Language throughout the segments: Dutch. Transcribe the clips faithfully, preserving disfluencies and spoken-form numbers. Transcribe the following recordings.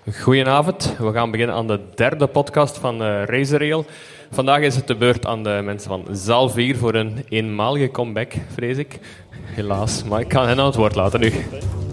Goedenavond, we gaan beginnen aan de derde podcast van uh, Razorrail. Vandaag is het de beurt aan de mensen van zaal vier voor een eenmalige comeback, vrees ik. Helaas, maar ik kan hen aan het woord laten nu.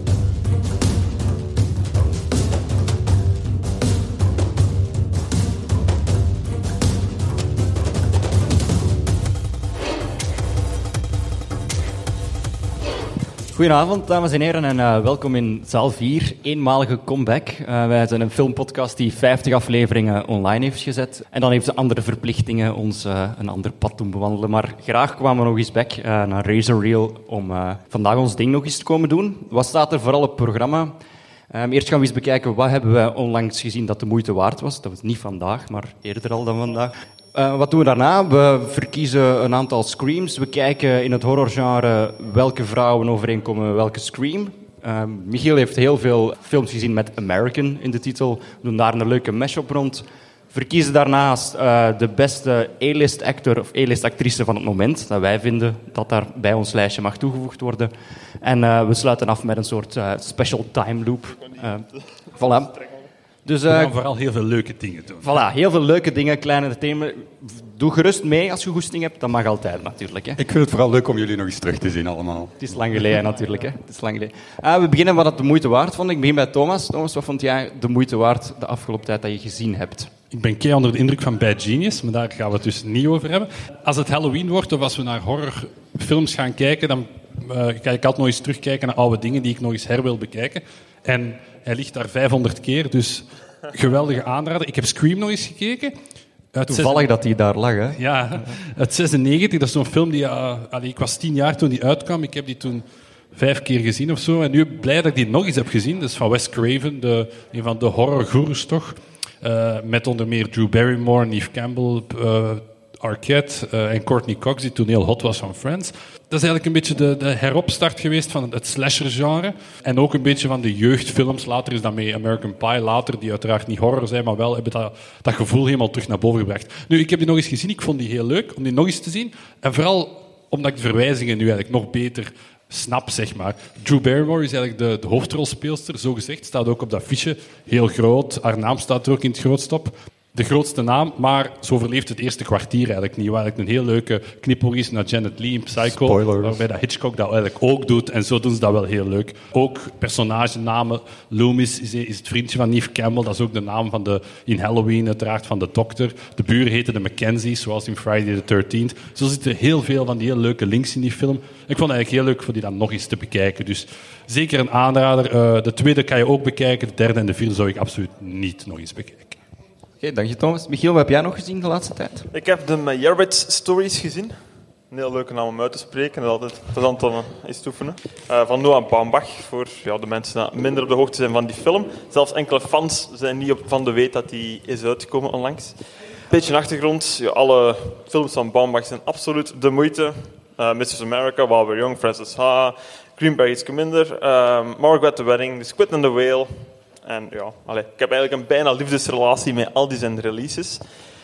Goedenavond, dames en heren, en uh, welkom in zaal vier, eenmalige comeback. Uh, wij zijn een filmpodcast die vijftig afleveringen online heeft gezet. En dan heeft ze andere verplichtingen ons uh, een ander pad doen bewandelen. Maar graag kwamen we nog eens back uh, naar Razorrail om uh, vandaag ons ding nog eens te komen doen. Wat staat er vooral op het programma? Um, eerst gaan we eens bekijken wat hebben we onlangs gezien dat de moeite waard was. Dat was niet vandaag, maar eerder al dan vandaag. Uh, wat doen we daarna? We verkiezen een aantal screams. We kijken in het horrorgenre welke vrouwen overeenkomen met welke scream. Uh, Michiel heeft heel veel films gezien met American in de titel. We doen daar een leuke mashup rond. Verkiezen daarnaast uh, de beste A-list actor of A-list actrice van het moment. Dat wij vinden dat daar bij ons lijstje mag toegevoegd worden. En uh, we sluiten af met een soort uh, special time loop. Uh, voilà. Dus, uh, we gaan vooral heel veel leuke dingen doen. Voilà, heel veel leuke dingen, kleine thema's. Doe gerust mee als je goesting hebt. Dat mag altijd natuurlijk. Hè. Ik vind het vooral leuk om jullie nog eens terug te zien allemaal. Het is lang geleden natuurlijk. Hè. Het is lang geleden. Uh, we beginnen wat het de moeite waard vond. Ik begin bij Thomas. Thomas, wat vond jij de moeite waard de afgelopen tijd dat je gezien hebt? Ik ben kei onder de indruk van Bad Genius, maar daar gaan we het dus niet over hebben. Als het Halloween wordt of als we naar horrorfilms gaan kijken, dan uh, ga ik altijd nog eens terugkijken naar oude dingen die ik nog eens her wil bekijken. En hij ligt daar vijfhonderd keer, dus geweldige aanrader. Ik heb Scream nog eens gekeken. Toevallig zes... dat hij daar lag, hè? Ja, uit zesennegentig. Dat is zo'n film die... Uh, allee, ik was tien jaar toen die uitkwam. Ik heb die toen vijf keer gezien of zo. En nu blij dat ik die nog eens heb gezien. Dat is van Wes Craven, de, een van de horrorgoeroes toch. Uh, met onder meer Drew Barrymore, Neve Campbell, uh, Arquette uh, en Courtney Cox, die toen heel hot was van Friends. Dat is eigenlijk een beetje de, de heropstart geweest van het slasher-genre. En ook een beetje van de jeugdfilms. Later is dat met American Pie, later, die uiteraard niet horror zijn, maar wel hebben dat, dat gevoel helemaal terug naar boven gebracht. Nu, ik heb die nog eens gezien. Ik vond die heel leuk om die nog eens te zien. En vooral omdat ik de verwijzingen nu eigenlijk nog beter snap, zeg maar. Drew Barrymore is eigenlijk de, de hoofdrolspeelster, zo gezegd. Staat ook op dat fiche. Heel groot. Haar naam staat er ook in het grootst op. De grootste naam, maar ze overleeft het eerste kwartier eigenlijk niet. Waar eigenlijk een heel leuke knipoog is naar Janet Leigh in Psycho. Spoilers. Waarbij dat Hitchcock dat eigenlijk ook doet. En zo doen ze dat wel heel leuk. Ook personagenamen. Loomis is, is het vriendje van Neve Campbell. Dat is ook de naam van de, in Halloween uiteraard van de dokter. De buren heten de Mackenzies, zoals in Friday the thirteenth. Zo zitten heel veel van die heel leuke links in die film. Ik vond het eigenlijk heel leuk voor die dan nog eens te bekijken. Dus zeker een aanrader. Uh, de tweede kan je ook bekijken. De derde en de vierde zou ik absoluut niet nog eens bekijken. Oké, okay, dank je Thomas. Michiel, wat heb jij nog gezien de laatste tijd? Ik heb de Meyerowitz Stories gezien. Een heel leuke naam om uit te spreken. Dat is altijd plezant om eens te oefenen. Uh, van Noah Baumbach, voor ja, de mensen die minder op de hoogte zijn van die film. Zelfs enkele fans zijn niet op van de weet dat die is uitgekomen onlangs. Een beetje een achtergrond. Ja, alle films van Baumbach zijn absoluut de moeite. Uh, missus America, While We're Young, Frances Ha, Greenberg iets minder. Uh, Margaret the Wedding, The Squid and the Whale. En ja, allez, ik heb eigenlijk een bijna liefdesrelatie met al die zijn releases.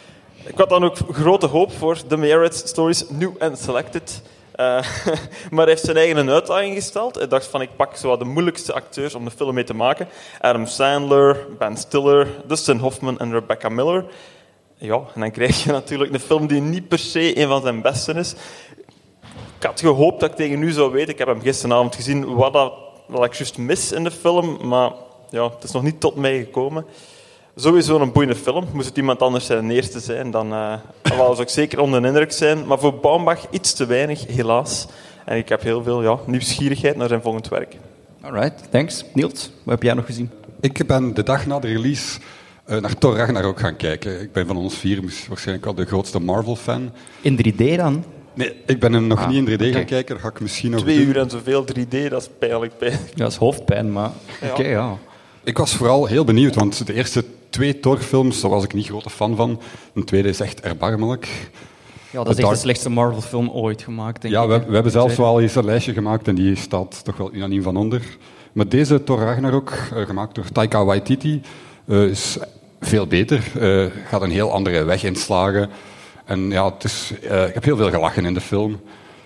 Ik had dan ook grote hoop voor The Meyerowitz Stories, New and Selected. Uh, maar hij heeft zijn eigen uitdaging gesteld. Hij dacht van, ik pak zo wat de moeilijkste acteurs om de film mee te maken. Adam Sandler, Ben Stiller, Dustin Hoffman en Rebecca Miller. Ja, en dan krijg je natuurlijk een film die niet per se een van zijn besten is. Ik had gehoopt dat ik tegen nu zou weten. Ik heb hem gisteravond gezien wat, dat, wat ik juist mis in de film, maar... Ja, het is nog niet tot mij gekomen. Sowieso een boeiende film. Moest het iemand anders zijn eerste zijn, dan uh, zou ik zeker onder de indruk zijn. Maar voor Baumbach iets te weinig, helaas. En ik heb heel veel ja, nieuwsgierigheid naar zijn volgend werk. Alright, thanks. Niels, wat heb jij nog gezien? Ik ben de dag na de release uh, naar Thor Ragnarok gaan kijken. Ik ben van ons vier waarschijnlijk wel de grootste Marvel-fan. In drie D dan? Nee, ik ben hem nog ah, niet in drie D okay. gaan kijken. Ga ik misschien nog Twee doen. uur en zoveel drie D, dat is pijnlijk pijn. Ja, dat is hoofdpijn, maar oké, okay, ja. ja. Ik was vooral heel benieuwd, want de eerste twee Thor-films, daar was ik niet grote fan van. De tweede is echt erbarmelijk. Ja, dat is echt de slechtste Marvel-film ooit gemaakt, denk ja, ik. Ja, we, we hebben zelfs wel eens een lijstje gemaakt en die staat toch wel unaniem van onder. Maar deze Thor Ragnarok, uh, gemaakt door Taika Waititi, uh, is veel beter. Uh, gaat een heel andere weg inslagen. En ja, het is, uh, ik heb heel veel gelachen in de film.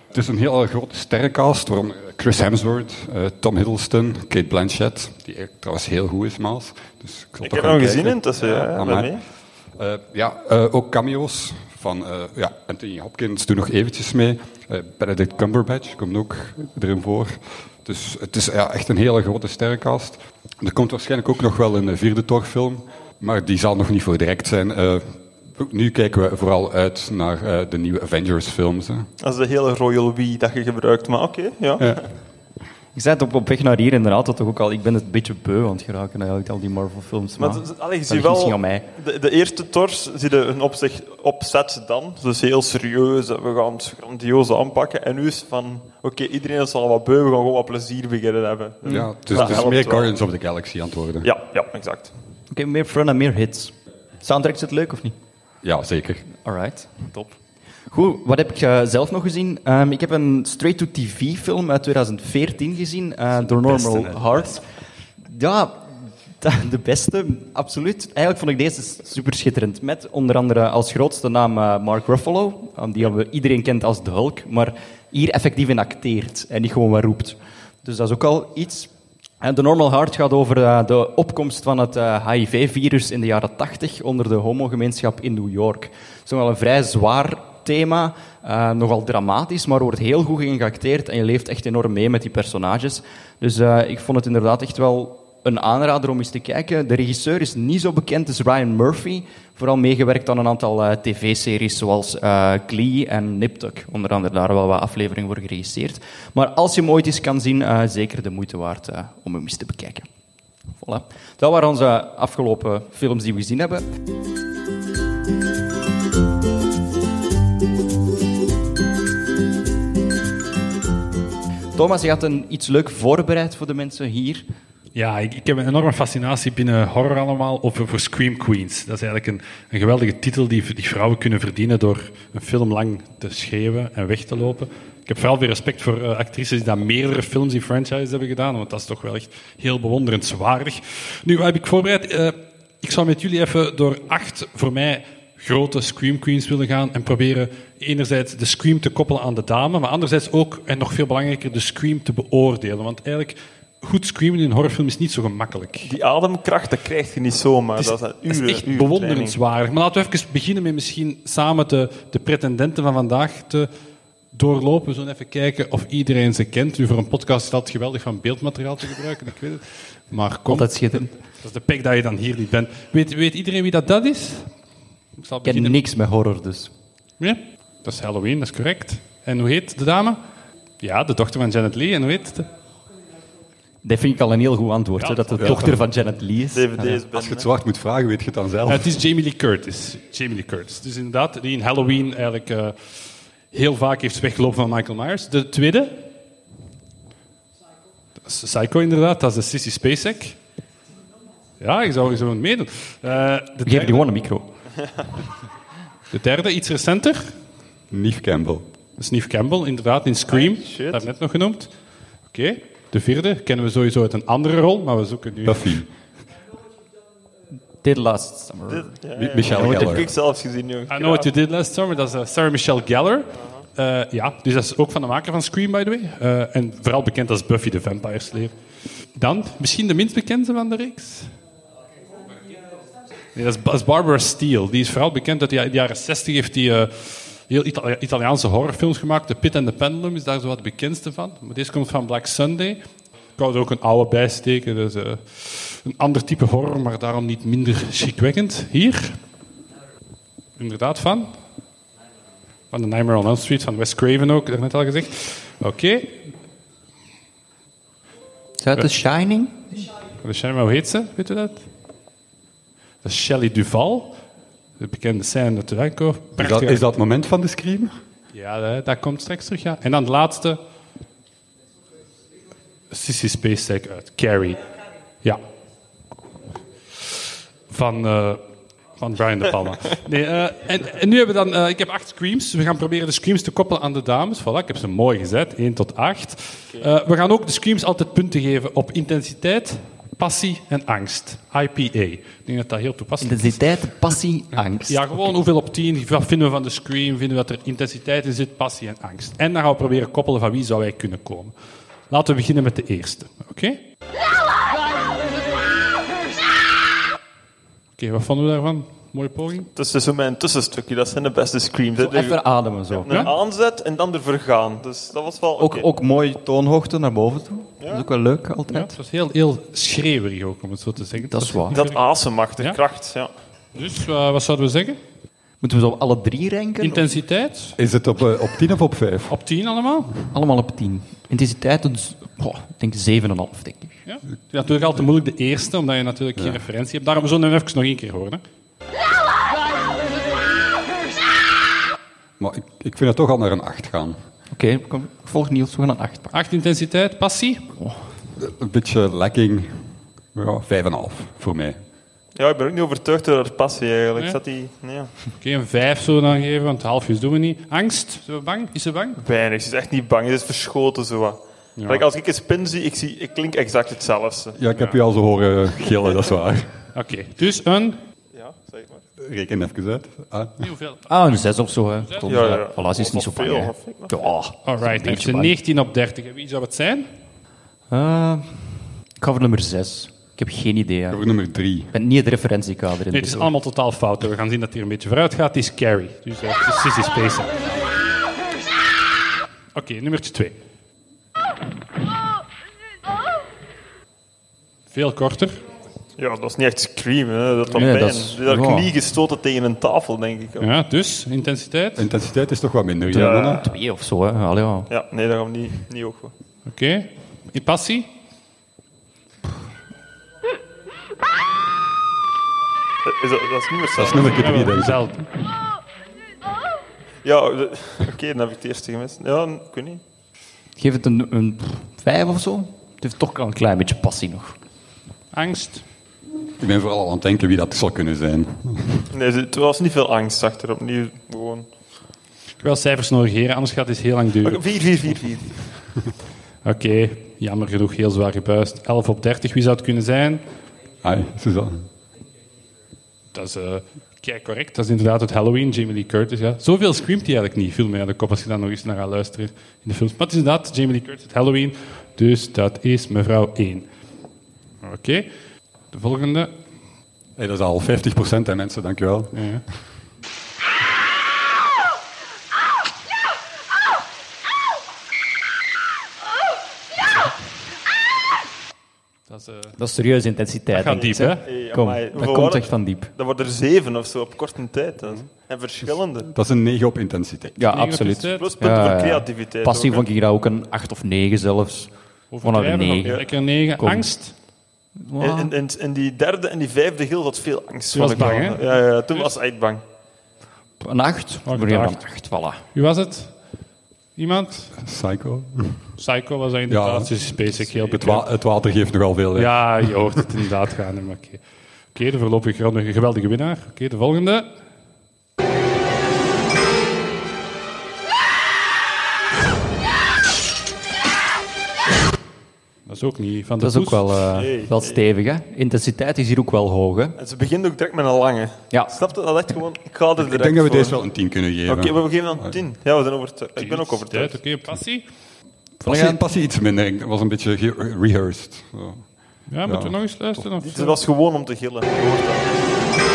Het is een heel grote sterrencast, waarom Chris Hemsworth, uh, Tom Hiddleston, Cate Blanchett, die eigenlijk trouwens heel goed is, Maas. Dus ik ik heb hem gezien in tussen, ja, ja, mee. Uh, ja, uh, ook cameo's van uh, ja, Anthony Hopkins doet nog eventjes mee. Uh, Benedict Cumberbatch komt ook erin voor. Dus het is ja, echt een hele grote sterrencast. Er komt waarschijnlijk ook nog wel een vierde Thor-film, maar die zal nog niet voor direct zijn. Uh, nu kijken we vooral uit naar uh, de nieuwe Avengers-films. Hè. Dat is de hele Royal We dat je gebruikt, maar oké, okay, ja. ja. Je zei het op, op weg naar hier inderdaad, dat toch ook al, ik ben het een beetje beu aan het geraken, eigenlijk, al die Marvel-films. Maar, maar allee, je ziet wel, aan mij. De, de eerste Thors zie je een opzet, opzet dan, dus heel serieus, we gaan het grandioos aanpakken. En nu is het van, oké, okay, iedereen is al wat beu, we gaan gewoon wat plezier beginnen hebben. Ja, het is, het is meer Guardians of the Galaxy aan het worden. Ja, ja, exact. Oké, okay, meer fun en meer hits. Soundtrack, is het leuk of niet? Ja, zeker. Alright, top. Goed, wat heb ik uh, zelf nog gezien? Um, ik heb een straight-to-T V-film uit twintig veertien gezien, uh, The Normal Heart. Ja, de beste, absoluut. Eigenlijk vond ik deze super schitterend. Met onder andere als grootste naam uh, Mark Ruffalo, um, die we iedereen kent als de Hulk, maar hier effectief in acteert en niet gewoon wat roept. Dus dat is ook al iets. En The Normal Heart gaat over uh, de opkomst van het uh, H I V-virus in de jaren tachtig onder de homogemeenschap in New York. Het is nog wel een vrij zwaar thema, uh, nogal dramatisch, maar wordt heel goed geïnjecteerd en je leeft echt enorm mee met die personages. Dus uh, ik vond het inderdaad echt wel een aanrader om eens te kijken. De regisseur is niet zo bekend als Ryan Murphy, vooral meegewerkt aan een aantal uh, tv-series zoals uh, Glee en Nip Tuck. Onder andere daar wel wat afleveringen voor geregisseerd. Maar als je hem ooit eens kan zien, uh, zeker de moeite waard uh, om hem eens te bekijken. Voilà. Dat waren onze afgelopen films die we gezien hebben. Thomas, je had een, iets leuk voorbereid voor de mensen hier. Ja, ik, ik heb een enorme fascinatie binnen horror allemaal over, voor Scream Queens. Dat is eigenlijk een, een geweldige titel die, die vrouwen kunnen verdienen door een film lang te schreeuwen en weg te lopen. Ik heb vooral veel respect voor uh, actrices die dat meerdere films in franchise hebben gedaan, want dat is toch wel echt heel bewonderenswaardig. Nu, wat heb ik voorbereid? Uh, ik zou met jullie even door acht, voor mij, grote Scream Queens willen gaan en proberen enerzijds de Scream te koppelen aan de dame, maar anderzijds ook, en nog veel belangrijker, de Scream te beoordelen. Want eigenlijk, goed screamen in een horrorfilm is niet zo gemakkelijk. Die ademkracht, dat krijg je niet zomaar. Het is, dat is, een uren, dat is echt uren bewonderenswaardig. Maar laten we even beginnen met misschien samen de, de pretendenten van vandaag te doorlopen. Zo even kijken of iedereen ze kent. Nu, voor een podcast is dat geweldig van beeldmateriaal te gebruiken, ik weet het. Maar kom, altijd schitterend. Dat is de pek dat je dan hier niet bent. Weet, weet iedereen wie dat, dat is? Ik zal beginnen. Ik ken niks met horror, dus. Ja, dat is Halloween, dat is correct. En hoe heet de dame? Ja, de dochter van Janet Leigh. En hoe heet het? Dat vind ik al een heel goed antwoord, ja, hè, dat de ja, dochter van Janet Leigh is. D V D's ja. Als je het zwart moet vragen, weet je het dan zelf. Ja, het is Jamie Lee Curtis. Jamie Lee Curtis. Dus inderdaad, die in Halloween eigenlijk uh, heel vaak heeft weggelopen van Michael Myers. De tweede? Dat is Psycho, inderdaad. Dat is de Sissy Spacek. Ja, je zou, je zou het meedoen. Uh, de Geef die gewoon een micro. De derde, iets recenter. Neve Campbell. Dat is Neve Campbell, inderdaad, in Scream. Oh, dat net nog genoemd. Oké. Okay. De vierde kennen we sowieso uit een andere rol, maar we zoeken nu... Buffy. Did Last Summer. Dit, ja, ja, ja. Michelle Gellar. Dat heb ik zelfs gezien. Joh. I Know What You Did Last Summer, dat is uh, Sarah Michelle Gellar. Uh, ja, dus dat is ook van de maker van Scream, by the way. Uh, en vooral bekend als Buffy the Vampire Slayer. Dan, misschien de minst bekende van de reeks. Nee, dat, is, dat is Barbara Steele. Die is vooral bekend uit de jaren zestig. Heeft die uh, heel Itali- Italiaanse horrorfilms gemaakt. The Pit and the Pendulum is daar zo wat de bekendste van. Maar deze komt van Black Sunday. Ik wou er ook een oude bij steken. Dus, uh, een ander type horror, maar daarom niet minder schrikwekkend. Hier. Inderdaad van. Van The Nightmare on Elm Street, van Wes Craven ook, dat net al gezegd. Oké. Okay. Is dat The Shining? The Shining, maar hoe heet ze? Weet u dat? Dat is Shelley Duvall. De bekende scène dat eruit komt. Is dat, is dat het moment van de Scream? Ja, dat, dat komt straks terug, ja. En dan de laatste. Sissy Spacek uit Carrie. Ja. Van... Uh, Van Brian De Palma. Nee, uh, en, en nu hebben we dan... Uh, ik heb acht Screams. We gaan proberen de Screams te koppelen aan de dames. Voilà, ik heb ze mooi gezet. één tot acht. Uh, we gaan ook de Screams altijd punten geven op intensiteit passie en angst. I P A. Ik denk dat dat heel toepasselijk is. Intensiteit, passie, angst. Ja, gewoon hoeveel op tien. Wat vinden we van de Scream? Vinden we dat er intensiteit in zit, passie en angst? En dan gaan we proberen koppelen van wie zou wij kunnen komen. Laten we beginnen met de eerste. Oké? Okay? Oké, okay, wat vonden we daarvan? Mooie poging? Het is zo mijn tussenstukje, dat zijn de beste screams. Zo even ademen zo. Een aanzet en dan er vergaan. Dus dat was wel Ook, okay. ook mooi toonhoogte naar boven toe. Ja. Dat is ook wel leuk, Ja, altijd. het was heel, heel schreeuwerig ook, om het zo te zeggen. Dat is waar. Dat asemachtig, Ja? kracht. Ja. Dus, uh, wat zouden we zeggen? Moeten we zo alle drie ranken? Intensiteit? Is het op, uh, op tien of op vijf? Op tien allemaal? Allemaal op tien. Intensiteit, dus, oh, ik denk zeven komma vijf, denk ik. Ja. Het is natuurlijk altijd moeilijk de eerste, omdat je natuurlijk geen referentie hebt. Daarom zullen we hem even nog één keer horen. Hè. Maar ik, ik vind het toch al naar een acht gaan. Oké, okay, ik volg Niels, we gaan een acht pakken. Acht intensiteit, passie? Een beetje lacking. Ja, vijf komma vijf voor mij. ja, ik ben ook niet overtuigd door haar passie eigenlijk. Ja. Zat die, nee. Oké, okay, een vijf zullen we dan geven, want halfjes doen we niet. Angst? Zijn we bang? Is ze bang? Weinig, ze is echt niet bang. Ze is verschoten zo wat. Ja. Like, als ik een spin zie, ik, zie, ik klink exact hetzelfde. Ja, ik heb je al zo horen gillen, dat is waar. Oké, okay, dus een... Ja, zeg maar. Reken even uit. Ah. Niet hoeveel? Ah, een zes of zo. Hè. Tom, Ja, ja. Voilà, ze is niet zo bang. veel, hè. of ik nog? Ja, Alright, dan heeft ze bang. negentien op dertig. En wie zou het zijn? Uh, ik ga voor nummer zes. Ik heb geen idee. Hè. Voor nummer drie. Ik ben niet het referentiekader in. Nee, het is allemaal totaal fout. We gaan zien dat hij er een beetje vooruit gaat. Het is Carrie. Dus uh, het is Sissy Spacek. Oké, okay, nummertje twee. Veel korter. Ja, dat is niet echt scream, hè. Dat was Nee, pijn. dat is- Die had ja. knie gestoten tegen een tafel, denk ik. Ja, dus, intensiteit. Intensiteit is toch wat minder. Ja, Ja. mannen? Twee of zo, hè. Allee, ja. Ja, nee, dat gaan we niet, niet hoog. Oké. Okay. In passie? Is dat, dat is niet meer Dat is zo. nummer drie, denk ik. Hetzelfde. Ja, de- oké, okay, dan heb ik het eerste gemist. Ja, ik weet niet. Geef het een, een pff, vijf of zo. Het heeft toch wel een klein beetje passie nog. Angst? Ik ben vooral aan het denken wie dat zou kunnen zijn. Nee, er was niet veel angst achter. Opnieuw gewoon. Ik wil cijfers negeren, anders gaat het heel lang duren. Oké, vier, vier, vier, vier. Oké, okay, jammer genoeg, heel zwaar gebuist. elf op dertig, wie zou het kunnen zijn? Ai, Suzanne. Dat is uh, kijk correct. Dat is inderdaad het Halloween, Jamie Lee Curtis. Ja. Zoveel screamt hij eigenlijk niet. Viel mij aan de kop als je dan nog eens naar gaat luisteren in de films. Maar het is inderdaad Jamie Lee Curtis, het Halloween. Dus dat is mevrouw één. Oké, okay. De volgende. Hey, dat is al vijftig procent, hè, mensen, dankjewel. Ja, ja. Dat is, uh, Dat is serieuze intensiteit. dat gaat denk diep, ik, hè? Hey, Kom, amai, dat hoeveel komt waren echt van diep. Dat wordt er zeven of zo op korte tijd. hè. En verschillende. Dat is een negen op intensiteit. Ja, Negen op absoluut. intensiteit. Plus punten Ja, voor ja. creativiteit. Passie ook, hè. vond ik daar ook een acht of negen zelfs. Van een Overdrijven, negen. lekker negen. Kom. Angst? Wow. In, in, in die derde en die vijfde gil zat veel angst. Toen was vond ik bang, wel. hè? Ja, ja, toen was hij echt bang. Een acht? Oh, We beginnen acht. aan acht, voilà. Wie was het? Iemand? Psycho. Psycho was hij inderdaad. Ja. Ja, Spacek, heel Het, bekend. wa het water geeft nogal veel. Hè. Ja, je hoort het inderdaad gaan. Oké, okay. okay, de voorlopig een geweldige winnaar. Oké, okay, de volgende. Dat is ook niet van de Dat is ook poes. wel, eh, Nee, wel nee. stevig, hè? Intensiteit is hier ook wel hoog, hè? En ze begint ook direct met een lange. Ja. Snap je? Dat is echt gewoon... Ik ga er direct Ik denk dat we voor. deze wel een tien kunnen geven. Oké, we geven dan tien. Ja, we zijn overtuigd. Ik ben ook overtuigd. Oké, okay, passie. Passie, passie iets minder. Ik was een beetje ge- rehearsed. Zo. Ja, moeten we nog eens luisteren? Of? Het was gewoon om te gillen. Je hoort dat.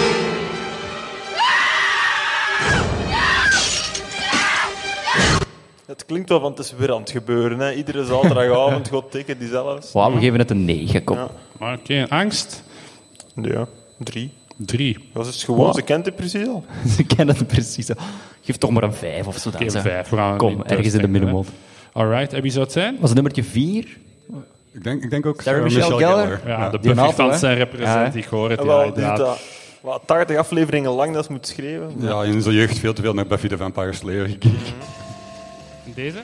Het klinkt wel, want het is weer aan het gebeuren. Hè. Iedere zaterdagavond gaat tikken die zelfs. Wow, we geven het een negen, kom. Ja. Oké, okay, angst. Ja, drie. Drie. Dat is gewoon, Wow. ze kent het precies al. Ze kennen het precies. Zo. Geef toch maar een vijf of zo. dan, Oké, zeg. vijf. We gaan Kom, niet ergens in de terugtrekken, middenmoot. hè. Alright, en wie zou het zijn? Was het nummertje vier? Ik denk, ik denk ook Sarah Sarah Michelle Michelle Gellar? Gellar. Ja, de die een Buffy-fans auto, hè? zijn represent, Ja, ik hoor het. En Ja, wel, die inderdaad. dat, wat, tachtig afleveringen lang dat ze moet schrijven. Ja, in zijn jeugd veel te veel naar Buffy the Vampire Slayer gekeken. Deze?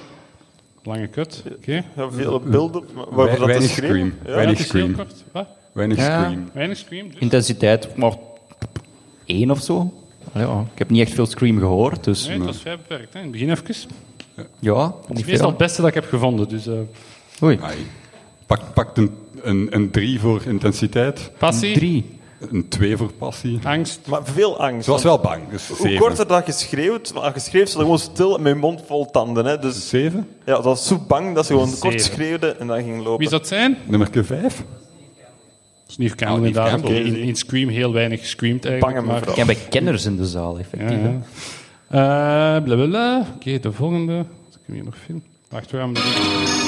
Lange kut, oké. Ja, veel build-up. maar Waarvoor dat te Weinig schrijven. scream. Ja, Weinig Het is heel scream. kort. Wat? Weinig Ja. Scream. Weinig Scream. Dus. Intensiteit, maar één of zo. Ja, ik heb niet echt veel Scream gehoord, dus Nee, het was vrij beperkt. Hè. In het begin even. Het ja, is niet meestal veel. het beste dat ik heb gevonden. Dus, uh, Oei, Ai. Pak, pak een, een, een drie voor intensiteit, passie, drie. een twee voor passie. angst. Maar veel angst. Ze was want wel bang, dus Hoe zeven. korter dat je schreeuwt, maar je schreeuwt ze gewoon stil met je mond vol tanden. Hè. Dus Zeven. ja, dat was zo bang dat ze gewoon kort Zeven. schreeuwde en dan ging lopen. Wie zou dat zijn? Nummer vijf. Neve Campbell, Oh, Neve inderdaad. Campbell. Oké, in, in Scream heel weinig gescreamd eigenlijk. Bange maar- mevrouw. Ik heb bij kenners in de zaal, effectief. Ja, hè. ja. Eh, blablabla. Oké, de volgende. Wat kunnen we hier nog vinden? Wacht, we gaan hem doen.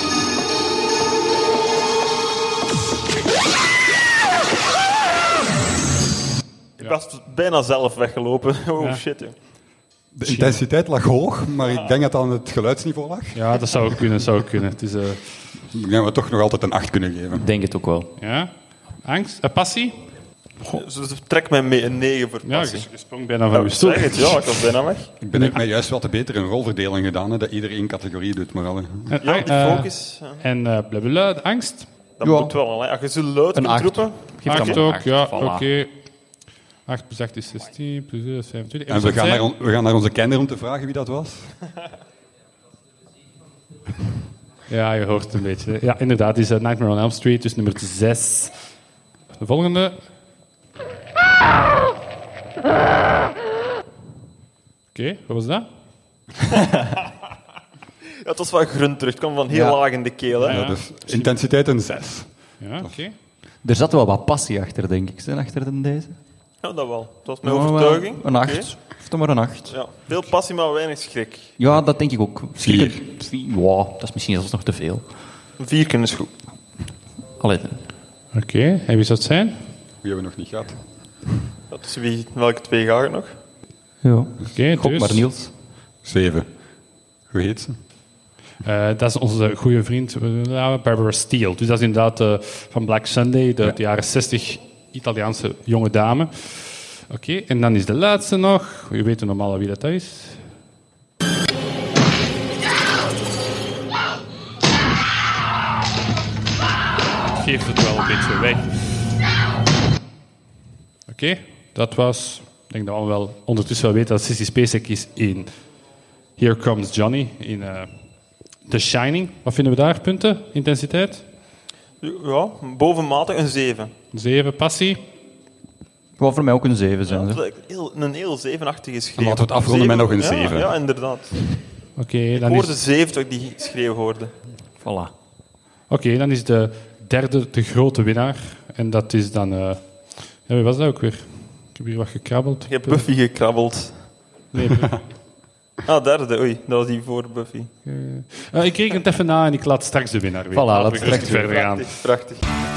Ik was bijna zelf weggelopen. Oh Ja. shit, joh. De intensiteit lag hoog, maar ik denk dat het aan het geluidsniveau lag. Ja, dat zou kunnen, dat zou kunnen. Het is, eh, Ik denk dat we toch nog altijd een acht kunnen geven. Ik denk het ook wel. ja. Angst, eh, passie. Dus trek mij mee een negen voor Ja, passie. je, je sprong bijna van je Ja, stoel. zeg het, ja, ik was bijna weg. Ik ben mij juist wat beter een rolverdeling gedaan, hè, dat iedereen één categorie doet. Maar alle. En, Ja, die eh, focus, ja. En uh, blablabla, de angst. dat ja. moet wel al. Hè. Als je zo luid Een kunt acht. roepen... Geef dan acht maar ook, acht. ja, Voilà. oké. acht plus acht is zestien, plus zes is vijfentwintig. En we wat gaan, zijn? naar, on- we gaan naar onze kenner om te vragen wie dat was. Ja, je hoort het een beetje. Ja, inderdaad, het is uh, Nightmare on Elm Street, dus nummer zes. De volgende. Oké, wat was dat? Ja, het was wel grunt terug. Het kwam van heel Ja. laag in de keel. Hè. Ja. Ja, dus intensiteit een zes. Ja, oké. Er zat wel wat passie achter, denk ik, hè, achter de deze. Ja, dat wel. Dat was mijn Ja, wel overtuiging. Een acht. Oké. Of dan maar een acht. Ja. Veel passie, maar weinig schrik. Ja, dat denk ik ook. Vier. Vier. Wow, dat is misschien zelfs nog te veel. Een vier is goed. Allee, Oké, en wie zou het zijn? Die hebben we nog niet gehad. Dat is wie, welke twee ga je nog? ja. Oké, Gok dus. maar, Niels. Zeven. Hoe heet ze? Eh, dat is onze goede vriend uh, Barbara Steele. Dus dat is inderdaad uh, van Black Sunday, de, de jaren zestig Italiaanse jonge dame. Oké, en dan is de laatste nog. We weten normaal wie dat is. Geeft het wel een beetje weg. Oké, dat was... Ik denk dat we wel ondertussen wel weten dat Sissy Spacek is in Here Comes Johnny, in uh, The Shining. Wat vinden we daar? Punten? Intensiteit? Ja, bovenmatig een zeven. Zeven. Passie? Wou voor mij ook een zeven zijn. Ja, hè. dat is heel, een heel zevenachtige schreeuw. Dan laten we het afronden met nog een zeven. Ja, ja, inderdaad. Oké, okay, Ik dan, hoorde is- zeven toen ik die schreeuw hoorde. Voilà. oké, dan is de derde de grote winnaar. En dat is dan... eh ja, wie was dat ook weer? Ik heb hier wat gekrabbeld. Je hebt Buffy gekrabbeld. Nee, Buffy. Ah, derde. Oei, dat was die voor Buffy. Eh, ik kreeg het even na en ik laat straks de winnaar weer. Voilà, laat we straks rustig verder gaan. Prachtig, prachtig.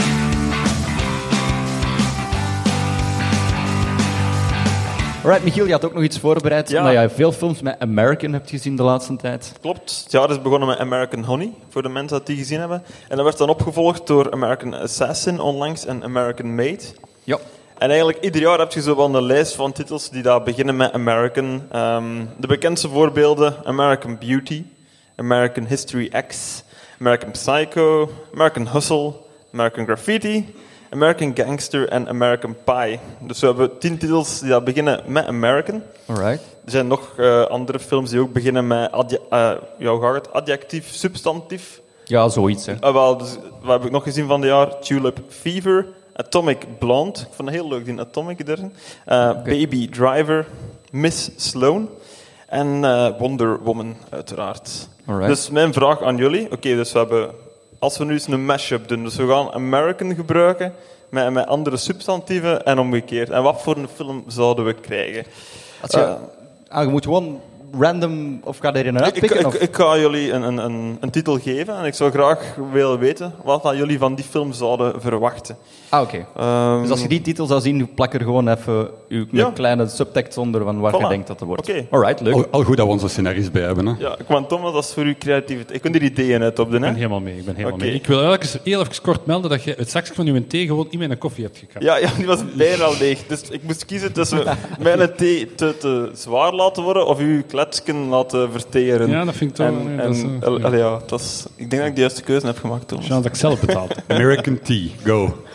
Alright, Michiel, je had ook nog iets voorbereid. Ja. Omdat jij veel films met American hebt gezien de laatste tijd. Klopt. Het jaar is begonnen met American Honey, voor de mensen die gezien hebben. En dat werd dan opgevolgd door American Assassin onlangs en American Maid. Ja. En eigenlijk ieder jaar heb je zo wel een lijst van titels die daar beginnen met American. Ehm, de bekendste voorbeelden: American Beauty, American History X, American Psycho, American Hustle, American Graffiti, American Gangster en American Pie. Dus we hebben tien titels die daar beginnen met American. Alright. Er zijn nog uh, andere films die ook beginnen met adje- uh, ja, hoe gaat het? Adjectief, substantief. Ja, zoiets, hè. Uh, wel, dus, wat heb ik nog gezien van dit jaar? Tulip Fever, Atomic Blonde. Ik vond het heel leuk, die Atomic erin. Uh, Baby Driver, Miss Sloane en uh, Wonder Woman, uiteraard. Alright. Dus mijn vraag aan jullie. Oké, dus we hebben... Als we nu eens een mashup doen, dus we gaan American gebruiken met, met andere substantieven en omgekeerd. En wat voor een film zouden we krijgen? Als je, Uh, ah, je moet gewoon random... Of ga er een ik, uitpikken? ik, of? ik ga jullie een, een, een, een titel geven en ik zou graag willen weten wat dat jullie van die film zouden verwachten. Ah, oké. Ehm, Dus als je die titel zou zien, plak er gewoon even uw Ja. een kleine subtekst onder van waar Voilà. je denkt dat het wordt. Oké. Alright, leuk. Al, al goed dat we onze scenario's bij hebben. Hè. Ja, want Thomas, dat is voor uw creativiteit. Ik kunt er ideeën uit op doen, Ik ben hè? helemaal mee. Ik ben helemaal Oké. mee. Ik wil eigenlijk eens heel even kort melden dat je het zakje van uw thee gewoon in mijn koffie hebt gekregen. Ja, ja, die was bijna leeg. Dus ik moest kiezen tussen mijn thee te, te zwaar laten worden of uw kletsken laten verteren. Ja, dat vind ik toch... En, nee, en, dat is, eh, al- allee, ja, dat is, ik denk dat ik de juiste keuze heb gemaakt, Thomas. Chance dat ik zelf betaald heb. American Tea, go.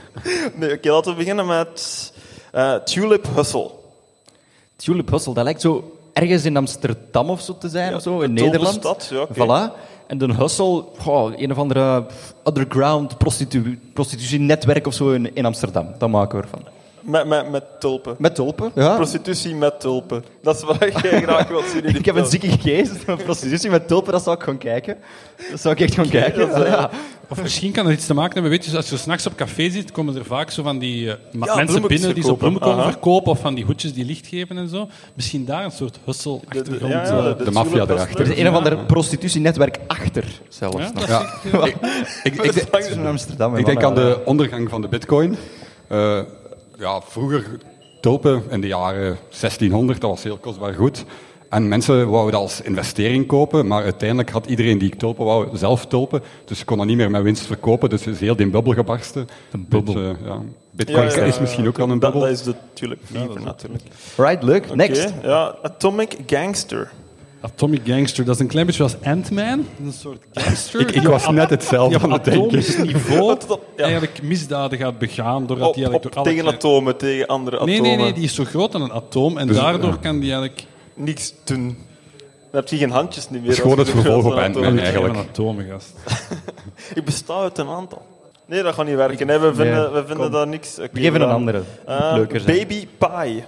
Nee, oké, laten we beginnen met uh, Tulip Hustle. Tulip Hustle, dat lijkt zo ergens in Amsterdam of zo te zijn, Ja, of zo, in de Nederland. stad, ja, oké. Voilà. En de Hustle, goh, een of andere underground prostitu- prostitutienetwerk of zo in, in Amsterdam. Dat maken we ervan. Met, met, met tulpen. Met tulpen, ja. Prostitutie met tulpen. Dat is wat jij graag wilt zien in die Ik heb een film. zieke geest. Prostitutie met tulpen, dat zou ik gewoon kijken. Dat zou ik echt gewoon kijken. dat is, uh, ja. Of misschien kan er iets te maken hebben, weet je, als je s'nachts op café zit, komen er vaak zo van die uh, ma- Ja, mensen binnen die zo bloemetjes bloemen komen Aha. verkopen, of van die hoedjes die licht geven en zo. Misschien daar een soort De- de- hustle-achtergrond. ja, ja, uh, de- de de maffia tulip erachter. Er is hustle. een of ander prostitutienetwerk achter, zelfs. ja, dat is Ja. echt, uh, Ik, ik, ik, Dat is in Amsterdam. ik denk aan de ondergang van de bitcoin. Uh, ja, vroeger tulpen in de jaren zestienhonderd, dat was heel kostbaar goed. En mensen wouden dat als investering kopen, maar uiteindelijk had iedereen die tulpen wou zelf tulpen. Dus ze kon dat niet meer met winst verkopen, dus is heel die bubbel gebarsten. Een bubbel. Dus, uh, ja, bitcoin Ja, ja, is misschien ook wel een dat, bubbel. dat is de Tulip Fever natuurlijk. Right, leuk. Oké, Next. ja, Atomic Gangster. Atomic Gangster, dat is een klein beetje zoals Ant-Man. Dat is een soort gangster. Ik, ik was net hetzelfde die op aan het denken. atomisch niveau Wat dat- ja. eigenlijk misdaden gaat begaan doordat Op, die eigenlijk op, door alle tegen kleine- atomen, tegen andere Nee, atomen. nee, nee, die is zo groot als een atoom en Dus, daardoor ja. kan die eigenlijk... Niks doen. Dan heb je geen handjes niet meer. Het is gewoon als het je zo vervolg groot op bent. Ant-Man, Atomen. eigenlijk. Een atomen, gast. Ik besta uit een aantal. Nee, dat gaat niet werken. Nee, we vinden, Nee, we vinden kom. daar niks. Oké, We geven dan, een andere. eh, Leuker zijn. Baby Pie.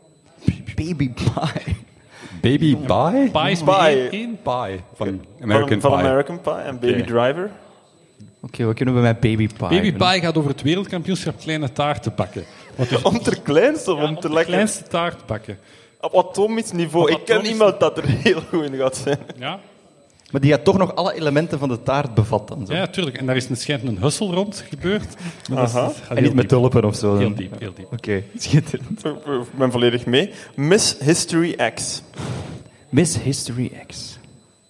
Baby pie. Baby Pie? Pie is Pie. één, één. Pie. Van American van, van Pie. American Pie en Baby Oké. Driver. Oké, wat kunnen we met baby pie? Baby Pie gaat over het wereldkampioenschap kleine taarten bakken. Want dus Om ter kleinste of ja, om op te de lekker. kleinste taart bakken. Op atomisch niveau. Op Ik ken atomisch- iemand dat er heel goed in gaat zijn. Ja, Maar die gaat toch nog alle elementen van de taart bevatten. Zo. ja, tuurlijk. En daar is een, schijnt een hustle rond gebeurd. Maar dat is- Aha. dat gaat En heel niet met diep. tulpen of zo. dan. Heel diep, heel diep. Oké, schitterend. Ik ben volledig mee. Miss History X. Miss History X.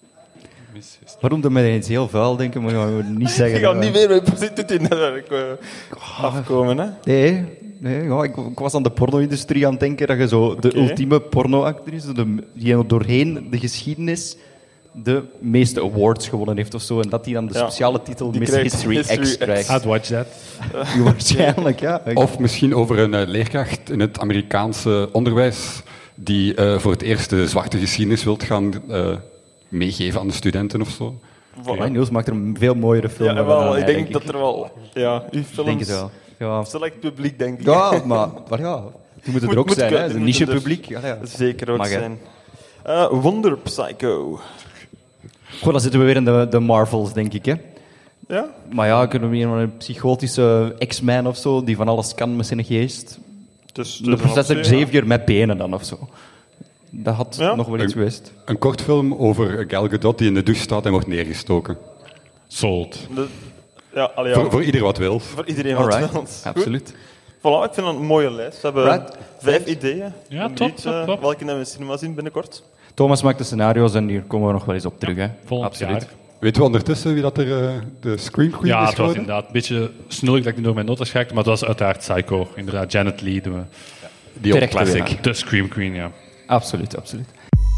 Mis is- Waarom doen we iets heel vuil denken, maar gaan we niet zeggen. Ik ga hè? niet meer met prostitutie-netwerk uh, afkomen. Hè? Nee, nee ja, ik, ik was aan de porno-industrie aan het denken dat je zo de Oké. ultieme pornoactrice, de, die doorheen de geschiedenis de meeste awards gewonnen heeft of zo, en dat die dan de Ja. speciale titel Die Miss krijgt History, History X X. krijgt. I'd watch that. Waarschijnlijk, ja. Of misschien over een uh, leerkracht in het Amerikaanse onderwijs die uh, voor het eerst de zwarte geschiedenis wilt gaan uh, meegeven aan de studenten of zo. Voilà. Maar Niels maakt er een veel mooiere film Ja, dan wel, wij, ik denk dat ik. er wel... Ja, uw Ik films... denk het wel. Ja, Select publiek, denk ik. ja maar, maar ja, die moeten er Moet- ook moet zijn. kunnen, Hè. Het is een die niche moeten er- publiek. Ja, ja. Zeker ook Mag, hè. zijn. Uh, Wonder Psycho. Goh, dan zitten we weer in de, de Marvels, denk ik. Hè. Ja? Maar ja, kunnen we hier een psychotische X-Man of zo, die van alles kan met zijn geest. Dus, De professor Xavier met benen dan of zo. Dat had Ja? nog wel iets Een- geweest. Een kortfilm over Gal Gadot die in de douche staat en wordt neergestoken. Sold. De, ja, allee, ja. Voor, voor ieder wat wil. Voor iedereen wat Alright, wil. Goed. absoluut. Voilà, ik vind dat een mooie lijst. We hebben Right. vijf ideeën. Ja, Ik ben top, benieuwd, top, eh, top. welke we in de cinema zien binnenkort. Thomas maakt de scenario's en hier komen we nog wel eens op terug. Hè. Volgend Absoluut. jaar. Weten we ondertussen wie dat er uh, de Scream Queen Ja, is het was geworden? inderdaad een beetje snullig dat ik niet door mijn notas ga, maar het was uiteraard Psycho. Inderdaad, Janet Leigh, de, Die Terecht classic. winnaar. de Scream Queen, ja. Absoluut, absoluut.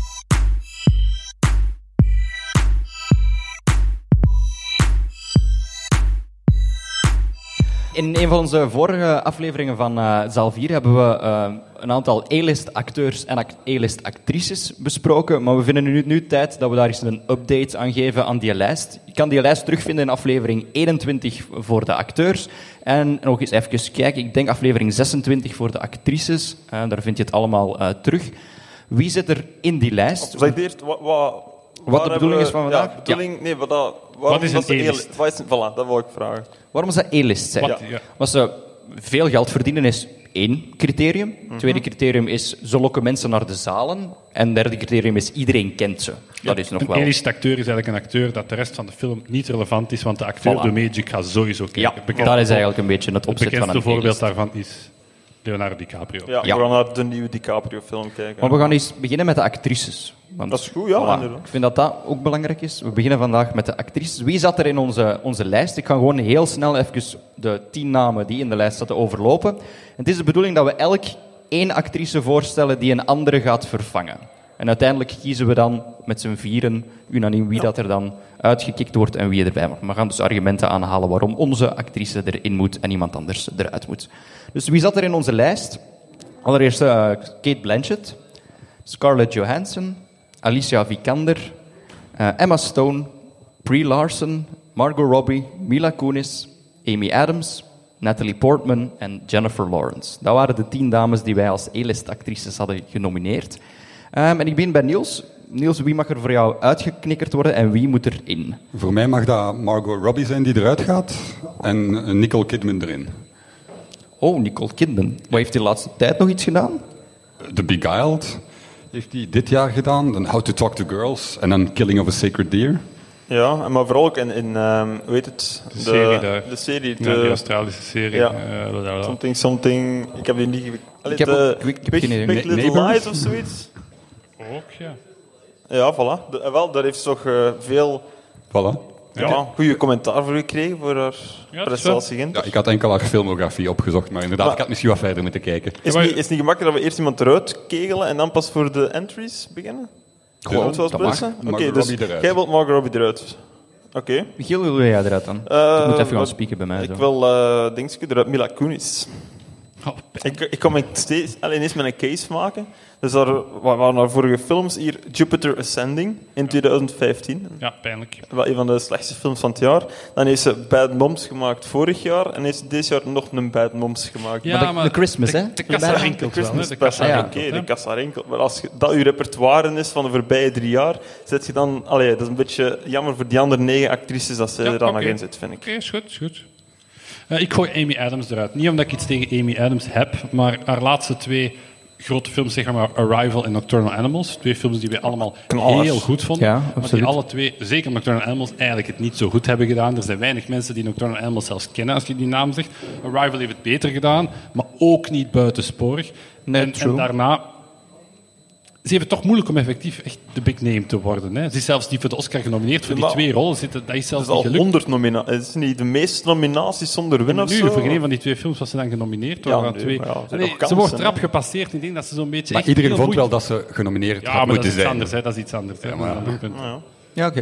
In een van onze vorige afleveringen van uh, Zaal vier hebben we uh, een aantal A-list acteurs en act- A-list actrices besproken. Maar we vinden nu, nu tijd dat we daar eens een update aan geven aan die lijst. Je kan die lijst terugvinden in aflevering eenentwintig voor de acteurs. En nog eens even kijken, ik denk aflevering zesentwintig voor de actrices. Uh, daar vind je het allemaal uh, terug. Wie zit er in die lijst? Zeg eerst, wat, wat, Wat de bedoeling is van vandaag? Ja, bedoeling, nee, wat, dat, waarom Wat is dat een ze A-list? A-list? Wat is, voilà, dat wil ik vragen. Waarom ze A-list zijn? Wat, ja. Wat ze veel geld verdienen is één criterium. Het tweede criterium is, ze lokken mensen naar de zalen. En het derde criterium is, iedereen kent ze. Dat is nog Een wel... A-list acteur is eigenlijk een acteur dat de rest van de film niet relevant is, want de acteur Voilà. door mee, ik ga sowieso kijken. Ja, Het bekendste dat is voor- eigenlijk een beetje het Het opzet van bekendste een voorbeeld A-list. daarvan is Leonardo DiCaprio. Ja, Ja. we gaan naar de nieuwe DiCaprio-film kijken. Maar we gaan eens beginnen met de actrices. Want, Dat is goed, ja, voilà, inderdaad. ik vind dat dat ook belangrijk is. We beginnen vandaag met de actrices. Wie zat er in onze, onze lijst? Ik ga gewoon heel snel even de tien namen die in de lijst zaten overlopen. En het is de bedoeling dat we elk één actrice voorstellen die een andere gaat vervangen. En uiteindelijk kiezen we dan met z'n vieren unaniem wie dat er dan uitgekikt wordt en wie erbij mag. We gaan dus argumenten aanhalen waarom onze actrice erin moet en iemand anders eruit moet. Dus wie zat er in onze lijst? Allereerst uh, Cate Blanchett, Scarlett Johansson, Alicia Vikander, uh, Emma Stone, Brie Larson, Margot Robbie, Mila Kunis, Amy Adams, Natalie Portman en Jennifer Lawrence. Dat waren de tien dames die wij als A-list actrices hadden genomineerd. Um, en ik begin bij Niels. Niels, wie mag er voor jou uitgeknikkerd worden en wie moet erin? Voor mij mag dat Margot Robbie zijn die eruit gaat en Nicole Kidman erin. Oh, Nicole Kidman. Wat heeft hij de laatste tijd nog iets gedaan? The Beguiled heeft hij dit jaar gedaan. Dan How to Talk to Girls en dan Killing of a Sacred Deer. Ja, maar vooral ook in, in um, hoe heet het? De, de serie daar. De serie. De, ja, die Australische serie. Ja. Uh, something, something... Ik heb die niet... Allee, ik heb de, ook, ik heb Big, geen idee. Big Little Neighbors? Lies of zoiets. Ook, ja. Ja, voilà. De, wel, daar heeft ze toch uh, veel... Voilà. Ja, Ja. goede commentaar voor gekregen voor haar Ja, prestatie. in. Ja, ik had enkel haar filmografie opgezocht, maar inderdaad, Maar- ik had misschien wat verder moeten kijken. Is het niet, is het niet gemakkelijk dat we eerst iemand eruit kegelen en dan pas voor de entries beginnen? Gewoon, Zoals dat mag. Brussen? Oké, Margot dus Robbie eruit. jij wilt Margot Robbie eruit. Oké. Giel, wil jij eruit dan? Eh, ik moet even gaan wat- spieken bij mij. Ik Zo. wil uh, dingetje eruit, Mila Kunis. Oh, Ik, ik kom steeds, alleen eens met een case maken. Dus daar wa- waren naar vorige films hier Jupiter Ascending in twintig vijftien. ja, pijnlijk. Wel een van de slechtste films van het jaar. Dan heeft ze Bad Moms gemaakt vorig jaar. En heeft ze dit jaar nog een Bad Moms gemaakt. Ja, Maar de- de Christmas, de, hè? De kassa De rinkelt wel, hè. Christmas De special. kassa Ah, ja. Oké, rinkelt, hè. de kassa rinkelt. Maar als je, dat je repertoire is van de voorbije drie jaar, zet je dan... Allee, dat is een beetje jammer voor die andere negen actrices dat ze Ja, er dan oké. nog in zit, vind ik. Oké, is goed, is goed. Uh, ik gooi Amy Adams eruit. Niet omdat ik iets tegen Amy Adams heb, maar haar laatste twee grote films, zeg maar Arrival en Nocturnal Animals, twee films die we allemaal Knallers. heel goed vonden, Ja, maar die absoluut. alle twee, zeker Nocturnal Animals, eigenlijk het niet zo goed hebben gedaan. Er zijn weinig mensen die Nocturnal Animals zelfs kennen als je die naam zegt. Arrival heeft het beter gedaan, maar ook niet buitensporig. Nee, en, true. en daarna... Ze heeft het toch moeilijk om effectief echt de big name te worden. Hè. Ze is zelfs niet voor de Oscar genomineerd voor die Maar- twee rollen. Zitten, dat is Het zelfs is niet al gelukt. honderd nominaties. Het is niet de meeste nominaties zonder win of Nu, zo. voor geen van die twee films was ze dan genomineerd. Ja, Ja, aan nee, twee. maar ja, er zijn Allee, nog ze kansen, wordt hè. rap gepasseerd. Ik denk dat ze zo'n beetje. Maar echt iedereen heel vond wel moeilijk- dat ze genomineerd Ja, had maar dat moeten is iets zijn. anders. Hè. Dat is iets anders. Hè. Dat is een ander punt. Ja, Ja, oké.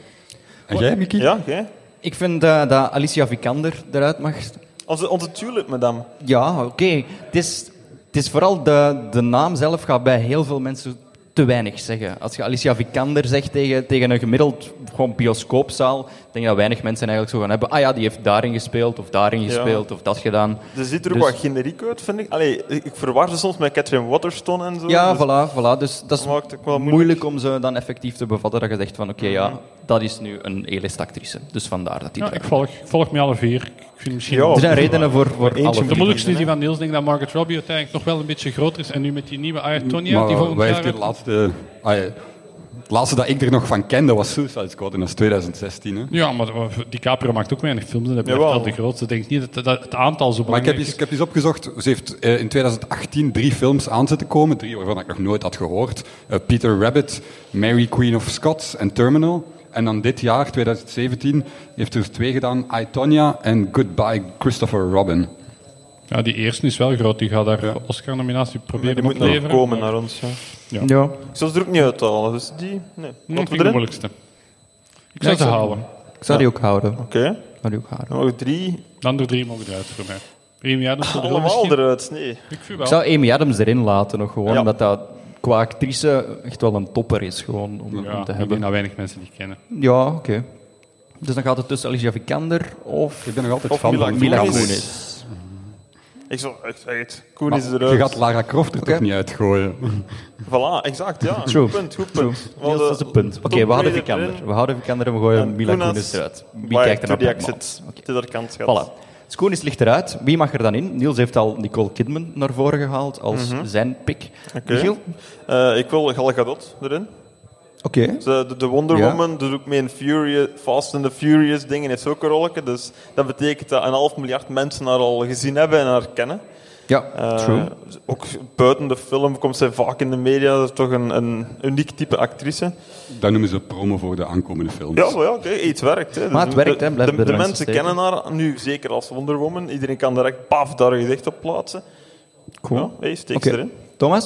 En jij, Mickey? ja oké. Ik vind uh, dat Alicia Vikander eruit mag. Onze, onze tulip, madame. Ja, oké. Het is, het is vooral de, de naam zelf gaat bij heel veel mensen te weinig zeggen. Als je Alicia Vikander zegt tegen, tegen een gemiddeld gewoon bioscoopzaal, denk ik dat weinig mensen eigenlijk zo gaan hebben. Ah ja, die heeft daarin gespeeld, of daarin Ja. gespeeld, of dat gedaan. Ze ziet er ook Dus- wat generiek uit, vind ik. Allee, ik ik verwar ze soms met Catherine Waterston en zo. Ja, dus voilà, voilà. Dus dat is dat maakt het ook wel moeilijk. moeilijk. om ze dan effectief te bevatten. Dat je zegt van, oké, ja, dat is nu een A-list actrice. Dus vandaar dat die Ja, eruit ik volg, ik volg me alle vier. Ik vind misschien Ja. Er zijn redenen voor, voor Eentje alle moet de vier. moeilijkste is die van Niels. Ik denk dat Margot Robbie uiteindelijk nog wel een beetje groter is. En nu met die nieuwe Ayatonia, Maar die volgend wat jaar... heeft die laatste... Ah, ja, het laatste dat ik er nog van kende was Suicide Squad en dat is twintig zestien. Hè. Ja, maar DiCaprio maakt ook weinig films. En dat blijft Jawel. wel de grootste. Ik denk niet dat, dat het aantal zo Maar ik heb, belangrijk eens, is. ik heb eens opgezocht, ze heeft eh, in twintig achttien drie films aan zitten komen, drie waarvan ik nog nooit had gehoord. Eh, Peter Rabbit, Mary Queen of Scots en Terminal. En dan dit jaar, twintig zeventien, heeft er dus twee gedaan, I, Tonya en Goodbye Christopher Robin. Ja, die eerste is wel groot. Die gaat daar Oscar-nominatie Maar proberen die op moet te nog leveren. komen naar ons. Ja. Ja. Ik zal ze er ook niet uithalen, dus die... Nee. Dat Wat vind ik we de erin? moeilijkste. Ik Ja, zou ik ze zou- houden. Ik zou die ook houden. Ik Oké. zou die ook houden. Dan nog drie. De andere drie mogen eruit voor mij. Amy Adams voor de film Allemaal misschien. eruit, nee. Ik vind Ik wel. zou Amy Adams erin laten, nog gewoon, Ja. omdat dat qua actrice echt wel een topper is, gewoon, om, Ja, om te ik hebben. denk dat weinig mensen die kennen. Ja, oké. Dus dan gaat het tussen Alicia Vikander of Ik ben nog altijd Of fan Mila van Mila Kunis. Kunis. Ik zou echt zeggen, Koen Maar is eruit. je gaat Lara Croft er Oké. toch niet uitgooien? Voilà, exact, ja. True. Goed punt, goed True. punt. Niels, dat is een punt. Oké, Tom we houden Brady Vikander. erin. We houden Vikander en we gooien En Mila Kunis, Kunis eruit. Wie Waar kijkt er to naar the Batman? exit. Oké. Het is er kans gehad. Voilà. Skoonis ligt eruit. Wie mag er dan in? Niels heeft al Nicole Kidman naar voren gehaald als zijn pick. Oké. Michiel? Eh, ik wil Gal Gadot erin. Oké. De, de, de Wonder Ja. Woman doet ook mee in Furious, Fast and the Furious dingen, heeft ook een rolletje. Dus dat betekent dat een half miljard mensen haar al gezien hebben en haar kennen. Ja, Eh, true. Ook buiten de film komt zij vaak in de media. Dat is toch een, een uniek type actrice. Dat noemen ze promo voor de aankomende films. Ja, maar ja oké, iets werkt. Hè. Maar het Dus werkt, hè, de, blijft de, bij de de mensen mensen steken. kennen haar nu zeker als Wonder Woman. Iedereen kan direct paf daar een gezicht op plaatsen. Cool. Ja, hey, steek Oké. ze erin. Thomas?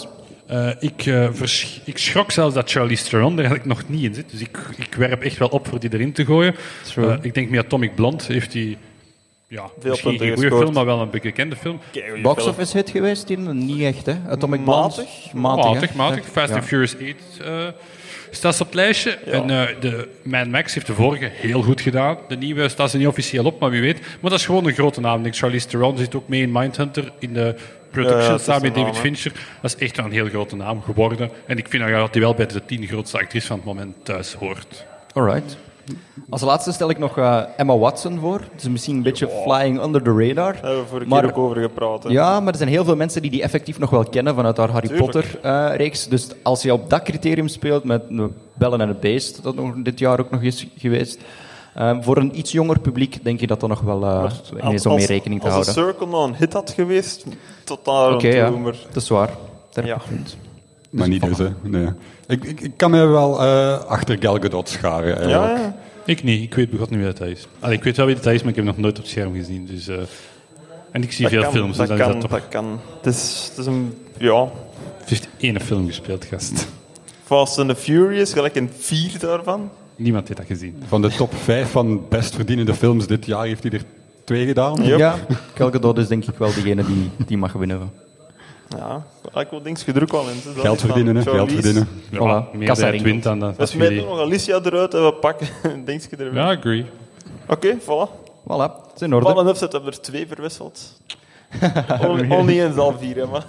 Uh, ik, uh, vers- ik schrok zelfs dat Charlize Theron er eigenlijk nog niet in zit. Dus ik, ik werp echt wel op voor die erin te gooien. Uh, ik denk met Atomic Blonde heeft hij... Ja, veel misschien geen goede film, maar wel een bekende film. Box office hit geweest? Die? Niet echt, hè? Atomic Blonde? Matig. Matig, matig, matig. Fast ja. and Furious acht uh, staat op het lijstje. Ja. En uh, de Mad Max heeft de vorige heel goed gedaan. De nieuwe staat er niet officieel op, maar wie weet. Maar dat is gewoon een grote naam. Ik denk, Charlize Theron zit ook mee in Mindhunter, in de production, ja, ja, samen met David naam, Fincher. Dat is echt wel een heel grote naam geworden. En ik vind dat hij wel bij de tien grootste actrices van het moment thuis hoort. Alright. Als laatste stel ik nog uh, Emma Watson voor. Het is misschien een beetje oh. flying under the radar. Daar hebben we vorige maar, keer ook over gepraat. Hè. Ja, maar er zijn heel veel mensen die die effectief nog wel kennen vanuit haar Harry Potter-reeks. Uh, dus als je op dat criterium speelt met een Bellen en het Beest, dat nog dit jaar ook nog is geweest, uh, voor een iets jonger publiek denk je dat dat nog wel uh, ineens om mee rekening te als houden. Als de Circle nou een hit had geweest, tot daar Oké, ja, maar... dat is waar. Daar ja. punt. Maar niet dus, hè. Nee. Ik, ik, ik kan mij wel uh, achter Gal Gadot scharen, eigenlijk. Ja, ja. Ik niet. Ik weet begot niet wie dat is. Allee, ik weet wel wie dat is, maar ik heb hem nog nooit op het scherm gezien. Dus, uh, en ik zie Dat veel kan, films. Dat, dus kan, is dat, toch... dat kan. Het is, het is een... Ja... Het heeft één film gespeeld, gast. Fast and the Furious, gelijk een vier daarvan. Niemand heeft dat gezien. Van de top vijf van best verdienende films dit jaar heeft hij er twee gedaan. Yep. Ja, Gal Gadot is denk ik wel degene die, die mag winnen. Ja, ik wil dingen er ook wel in. Dus geld verdienen, hè. Geld verdienen. Ja, Voilà. meer dan het wint dan dat. Dus met nog Alicia eruit en we pakken een dingetje erbij. Ja, agree. Oké, okay, voilà. Voilà, het is in orde. Paul en Upset hebben er twee verwisseld. Only, only eens al vier, hè, man.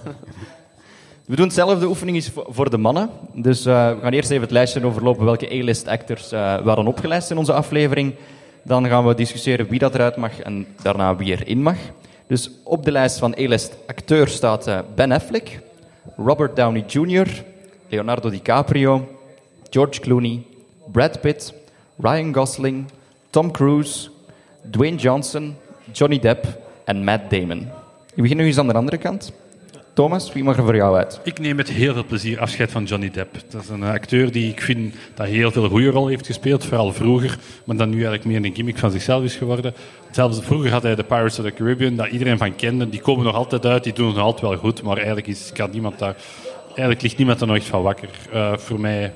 We doen hetzelfde oefening voor de mannen. Dus uh, we gaan eerst even het lijstje overlopen welke A-list actors uh, we hadden opgelijst in onze aflevering. Dan gaan we discussiëren wie dat eruit mag en daarna wie erin mag. Dus op de lijst van A-list acteurs staat uh, Ben Affleck, Robert Downey junior, Leonardo DiCaprio, George Clooney, Brad Pitt, Ryan Gosling, Tom Cruise, Dwayne Johnson, Johnny Depp en Matt Damon. Ik begin nu eens aan de andere kant. Thomas, wie mag er voor jou uit? Ik neem met heel veel plezier afscheid van Johnny Depp. Dat is een acteur die ik vind dat heel veel goede rol heeft gespeeld, vooral vroeger, maar dan nu eigenlijk meer een gimmick van zichzelf is geworden. Zelfs vroeger had hij de Pirates of the Caribbean, dat iedereen van kende. Die komen nog altijd uit, die doen het nog altijd wel goed, maar eigenlijk, is, kan niemand daar, eigenlijk ligt niemand er nog echt van wakker. Uh, voor mij,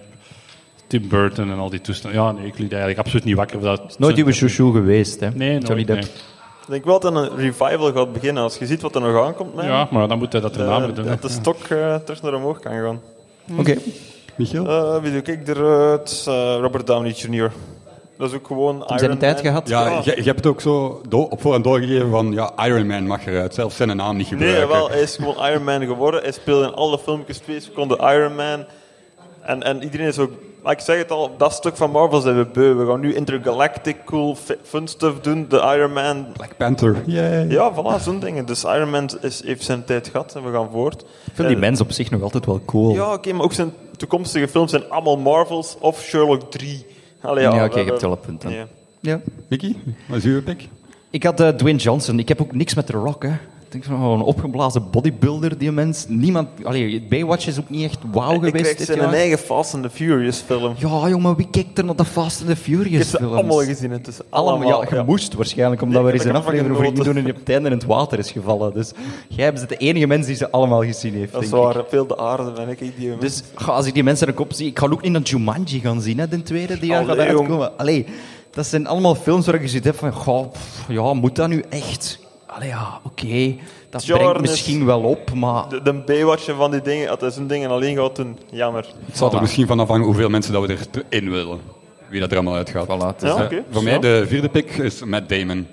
Tim Burton en al die toestanden. Ja, nee, ik liet eigenlijk absoluut niet wakker. Dat is nooit uw chouchou geweest, hè? Nee, nooit, Johnny Depp. Nee. Ik denk wel dat een revival gaat beginnen. Als je ziet wat er nog aankomt, man, ja, maar dan moet hij dat erna de, doen. Dat de stok uh, terug naar omhoog kan gaan. Oké. Okay. Michiel? Uh, wie doe ik eruit? Uh, Robert Downey junior Dat is ook gewoon Iron Man. Zijn tijd gehad? Ja, ja. Je, je hebt het ook zo do- op voorhand doorgegeven van ja, Iron Man mag eruit. Zelfs zijn naam niet gebruiken. Nee, wel, hij is gewoon Iron Man geworden. Hij speelde in alle filmpjes twee seconden Iron Man. En, en iedereen is ook... Maar ik zeg het al, dat stuk van Marvel zijn we beu. We gaan nu intergalactic cool fun stuff doen. De Iron Man... Black Panther. Yay. Ja, voilà, zo'n dingen. Dus Iron Man is, heeft zijn tijd gehad en we gaan voort. Ik vind die mens op zich nog altijd wel cool. Ja, oké, okay, maar ook zijn toekomstige films zijn allemaal Marvels of Sherlock drie. Allee, ja, ja oké, okay, je hebt wel een punt dan. Ja. Ja. Mickey, wat is uw pick? Ik had uh, Dwayne Johnson. Ik heb ook niks met The Rock, hè. Ik denk van, oh, een opgeblazen bodybuilder, die mens. Niemand... Allee, Baywatch is ook niet echt wauw geweest Ik dit krijg zijn jaar. eigen Fast and the Furious film. Ja, jongen, wie kijkt er naar de Fast and the Furious Ik heb ze films? allemaal gezien. Het is Allemaal, allemaal, ja, je ja. moest waarschijnlijk, omdat Nee, we ik eens heb een ervan aflevering voor genoten. doen en die op het einde in het water is gevallen. Dus jij bent de enige mens die ze allemaal gezien heeft, Dat is denk ik. waar, veel de aarde ben ik. Die mens. Dus ga, als ik die mensen in de kop zie... Ik ga ook niet naar Jumanji gaan zien, hè, de tweede die jaar gaat Allee, uitkomen. Allee, dat zijn allemaal films waar je ziet hebt van... Goh, pff, ja, moet dat nu echt? Allee, ja, oké. Okay, dat Genre brengt is- misschien wel op, maar... De, de Baywatch van die dingen, als hij zijn dingen alleen gaat doen, jammer. Het zal er Voilà. misschien van afhangen hoeveel mensen dat we erin willen. Wie dat er allemaal uitgaat. Voilà, het is- Ja, Eh, oké. voor mij de vierde pick is Matt Damon.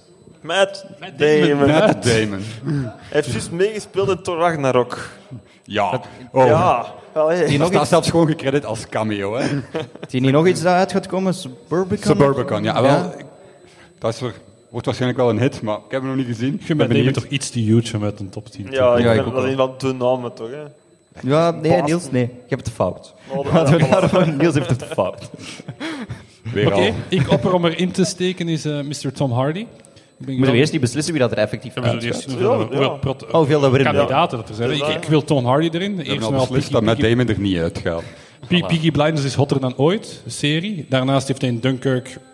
Matt Damon. Matt Damon. Hij heeft juist meegespeeld in Thor Ragnarok. Ja. Oh. Ja, allee. Die Dat nog staat iets, zelfs gewoon gecredit als cameo. Hè. die niet nog iets dat uit gaat komen? Suburbicon? Suburbicon, ja. Wel, Ja. ik- dat is voor, wordt waarschijnlijk wel een hit, maar ik heb hem nog niet gezien. Je bent benieuwd. toch iets te huge om uit een top tien te Ja, ik Ja, ik vind ook dat wel. een van de namen toch, hè. Ja, nee, Boston. Niels, nee. Je hebt het fout. Oh, Laten we ja, daarvan- Niels heeft het fout. Weer Oké, al. ik opper om erin te steken is uh, mister Tom Hardy. Ik ben Moeten we eerst niet beslissen wie dat er effectief Ja, we zullen uit eerst gaat? zien hoeveel, Ja, ja. hoeveel prot- Oh, hoeveel dat we erin kandidaten dat er zijn. Ik, ik wil Tom Hardy erin. We Eerst hebben al wel beslist Peaky, dat Matt Peaky, Damon er niet uitgaat. Pe- Peaky Blinders is hotter dan ooit, een serie. Daarnaast heeft hij in Dunkirk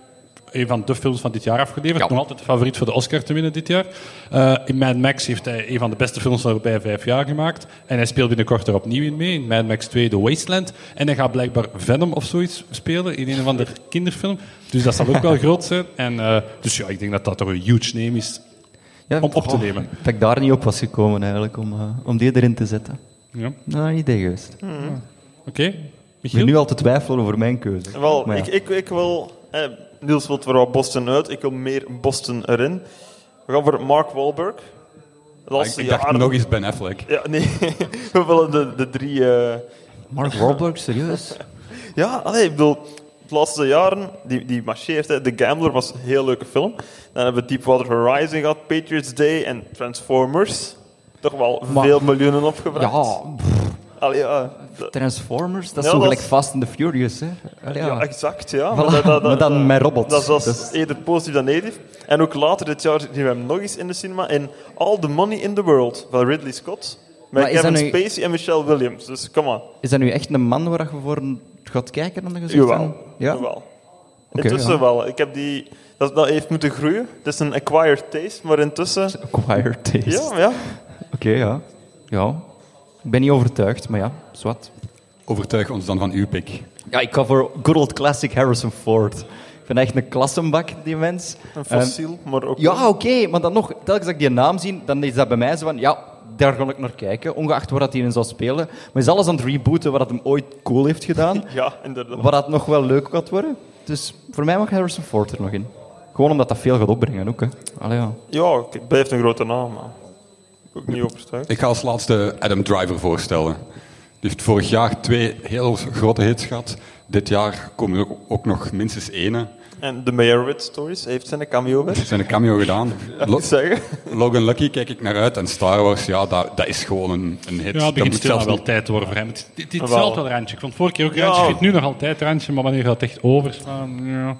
een van de films van dit jaar afgeleverd. Ja. Nog altijd de favoriet voor de Oscar te winnen dit jaar. Uh, in Mad Max heeft hij een van de beste films van de voorbije vijf jaar gemaakt. En hij speelt binnenkort er opnieuw in mee. In Mad Max twee, The Wasteland. En hij gaat blijkbaar Venom of zoiets spelen in een of andere kinderfilm. Dus dat zal ook wel groot zijn. En, uh, dus ja, ik denk dat dat toch een huge name is Ja, om op te oh, nemen. Dat ik daar niet op was gekomen eigenlijk, om, uh, om die erin te zetten. Ja. Nou, een idee geweest. Oké. Ik ben Michiel? nu al te twijfelen over mijn keuze. Wel, Maar ja. ik, ik, ik wil... Eh, Niels wil er wat Boston uit, ik wil meer Boston erin. We gaan voor Mark Wahlberg. De Ah, ik, laatste ik dacht jaren- nog eens Ben Affleck. Ja, nee. We willen de, de drie... eh, Mark Wahlberg, serieus? Ja, allee, ik bedoel... De laatste jaren, die, die marcheert. Hè. The Gambler was een heel leuke film. Dan hebben we Deepwater Horizon gehad, Patriots Day en Transformers. Toch wel Maar- veel miljoenen opgebracht. Ja, Allee, ja, d- Transformers, dat is Ja, zo dat gelijk is- Fast and the Furious, hè? Allee, ja. ja. exact, ja. Voilà, maar dan met robots. Dat was Dat is- eerder positief dan negatief. En ook later dit jaar zien we hem nog eens in de cinema in All the Money in the World van Ridley Scott. Met Maar is Kevin dat nu- Spacey en Michelle Williams. Dus kom aan. Is dat nu echt een man waar je voor gaat kijken, dan gezegd? Jawel. van? Ja? Jawel. Oké, Intussen ja. wel. Ik heb die... Dat, dat heeft moeten groeien. Het is een acquired taste, maar intussen... Acquired taste. Ja, maar ja. Oké, ja. Ja. Ik ben niet overtuigd, maar ja, zwart. Overtuig ons dan van uw pick. Ja, ik ga voor good old classic Harrison Ford. Ik vind echt een klassenbak, die mens. Een fossiel, maar ook... Ja, oké, maar dan nog, telkens dat ik die naam zie, dan is dat bij mij zo van, ja, daar ga ik naar kijken, ongeacht waar dat hij in zou spelen. Maar is alles aan het rebooten wat hij ooit cool heeft gedaan, Ja, inderdaad. wat dat nog wel leuk gaat worden. Dus voor mij mag Harrison Ford er nog in. Gewoon omdat dat veel gaat opbrengen ook, hè. Allee, ja. Ja, het blijft een grote naam, maar... Ook niet overtuigd. Ik ga als laatste Adam Driver voorstellen. Die heeft vorig jaar twee heel grote hits gehad. Dit jaar komen er ook, ook nog minstens één. En de Meyerowitz Stories heeft zijn cameo bij. Ze zijn een cameo gedaan. Lo- Wat zeggen? Logan Lucky kijk ik naar uit. En Star Wars, ja, dat, dat is gewoon een, een hit. Ja, het Dat begint moet stil zelfs wel niet- tijd te worden voor hem. Het, het, het is Wel. altijd wel randje. Ik vond vorige keer ook Ja. randje. Ik vind nu nog altijd randje, maar wanneer gaat het echt overslaan? Ja.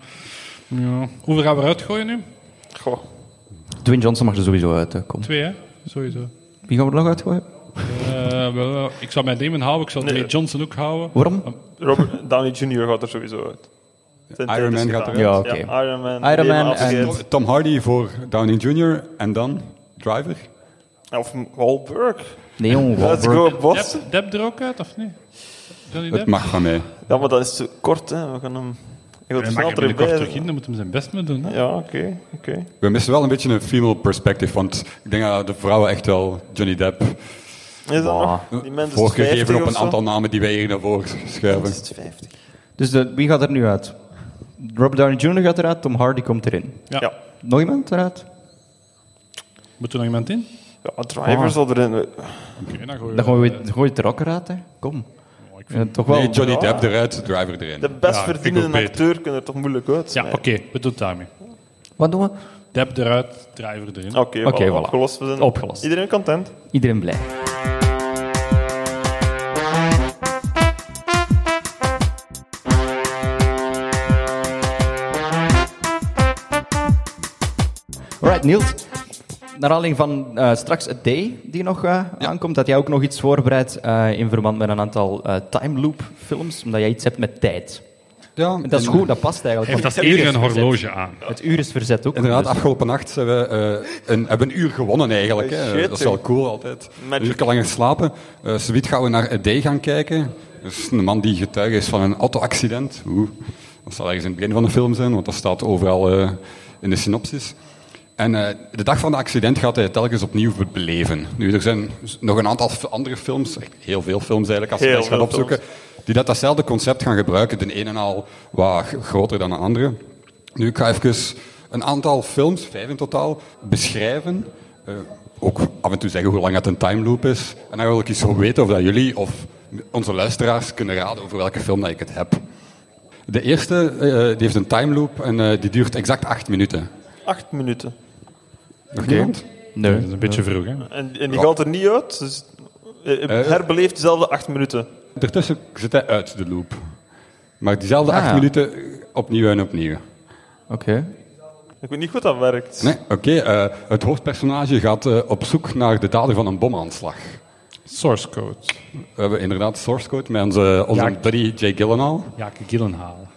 Ja. Hoeveel gaan we eruit gooien nu? Goh. Dwayne Johnson mag er sowieso uit uh, komen. Twee, hè? Sowieso. Wie gaan we er nog uitgooien? Uh, wel, ik zou mijn Damon houden, ik zou Nee. Dwayne Johnson ook houden. Waarom? Robert Downey junior gaat er sowieso uit. Zijn tijd Iron is Man gaat gedaan. eruit. Ja, oké. Ja, Iron Man. Iron Leven Man afgegeven. en- Tom Hardy voor Downey junior en dan Driver. Of Wahlberg. Nee, jong, Let's Wahlberg. go, Boston. Depp, Depp er ook uit, of niet? Johnny Het Depp? mag van mij. Ja, maar dat is te kort, hè. We gaan hem... Ik wil Hij het mag snel er binnenkort erbij. terug in, dan moet hem zijn best mee doen. Hè? Ja, oké, oké. We missen wel een beetje een female perspective, want ik denk dat de vrouwen echt wel Johnny Depp Is dat Wow. nog? Die mensen voorgegeven op een of aantal namen die wij hier naar voren schuiven. Is het vijftig? Dus de, wie gaat er nu uit? Robert Downey junior gaat eruit, Tom Hardy komt erin. Ja. Ja. Nog iemand eruit? Moet er nog iemand in? Ja, Driver zal erin... Oké, dan gooien Dan gooi je, gooi je het er ook eruit, hè. Kom. Oh, ik Ja, vind... toch wel. Nee, Johnny Ja. Depp eruit, Driver erin. De best Ja, vind ik verdienende ook beter. acteur kan er toch moeilijk uit Ja, zijn. oké, we doen het daarmee. Wat doen we? Depp eruit, Driver erin. Oké, Oké, voilà, voilà. opgelost. We zijn Opgelost. Iedereen content? Iedereen blij. Alright, Niels. Naar aanleiding van eh, straks A Day die nog eh, aankomt, dat jij ook nog iets voorbereidt eh, in verband met een aantal eh, time loop films, omdat jij iets hebt met tijd. Ja, En dat is en- goed, dat past eigenlijk. Heeft want dat het uur eerder is een verzet. horloge aan? Het uur is verzet ook. Inderdaad, dus- afgelopen nacht hebben we eh, een, hebben een uur gewonnen eigenlijk. Hè. Shit, dat is wel joh. cool altijd. Magic. Een uur langer slapen. Uh, Zoiets gaan we naar A Day gaan kijken. Dus een man die getuige is van een auto-accident. Oeh, dat zal ergens in het begin van de film zijn, want dat staat overal uh, in de synopsis. En uh, de dag van het accident gaat hij telkens opnieuw beleven. Nu, er zijn nog een aantal f- andere films, echt heel veel films eigenlijk, als je Heel dat eens gaat veel opzoeken, die dat datzelfde concept gaan gebruiken. De ene al wat g- groter dan de andere. Nu, ik ga even een aantal films, vijf in totaal, beschrijven. Uh, ook af en toe zeggen hoe lang het een time loop is. En dan wil ik eens weten of dat jullie of onze luisteraars kunnen raden over welke film dat ik het heb. De eerste uh, die heeft een time loop en uh, die duurt exact acht minuten. Acht minuten. Nog iemand? Nee. Dat is een beetje vroeg, hè? En, en die Ja. gaat er niet uit. Dus, eh, Eh. herbeleeft dezelfde acht minuten. Daartussen zit hij uit de loop. Maar diezelfde Ah, acht ja. minuten opnieuw en opnieuw. Oké. Ik weet niet goed dat werkt. Nee, oké. eh, het hoofdpersonage gaat eh, op zoek naar de dader van een bomaanslag. Source code. We hebben inderdaad source code met onze, onze Ja. buddy Jay Gyllenhaal. Jake Gyllenhaal.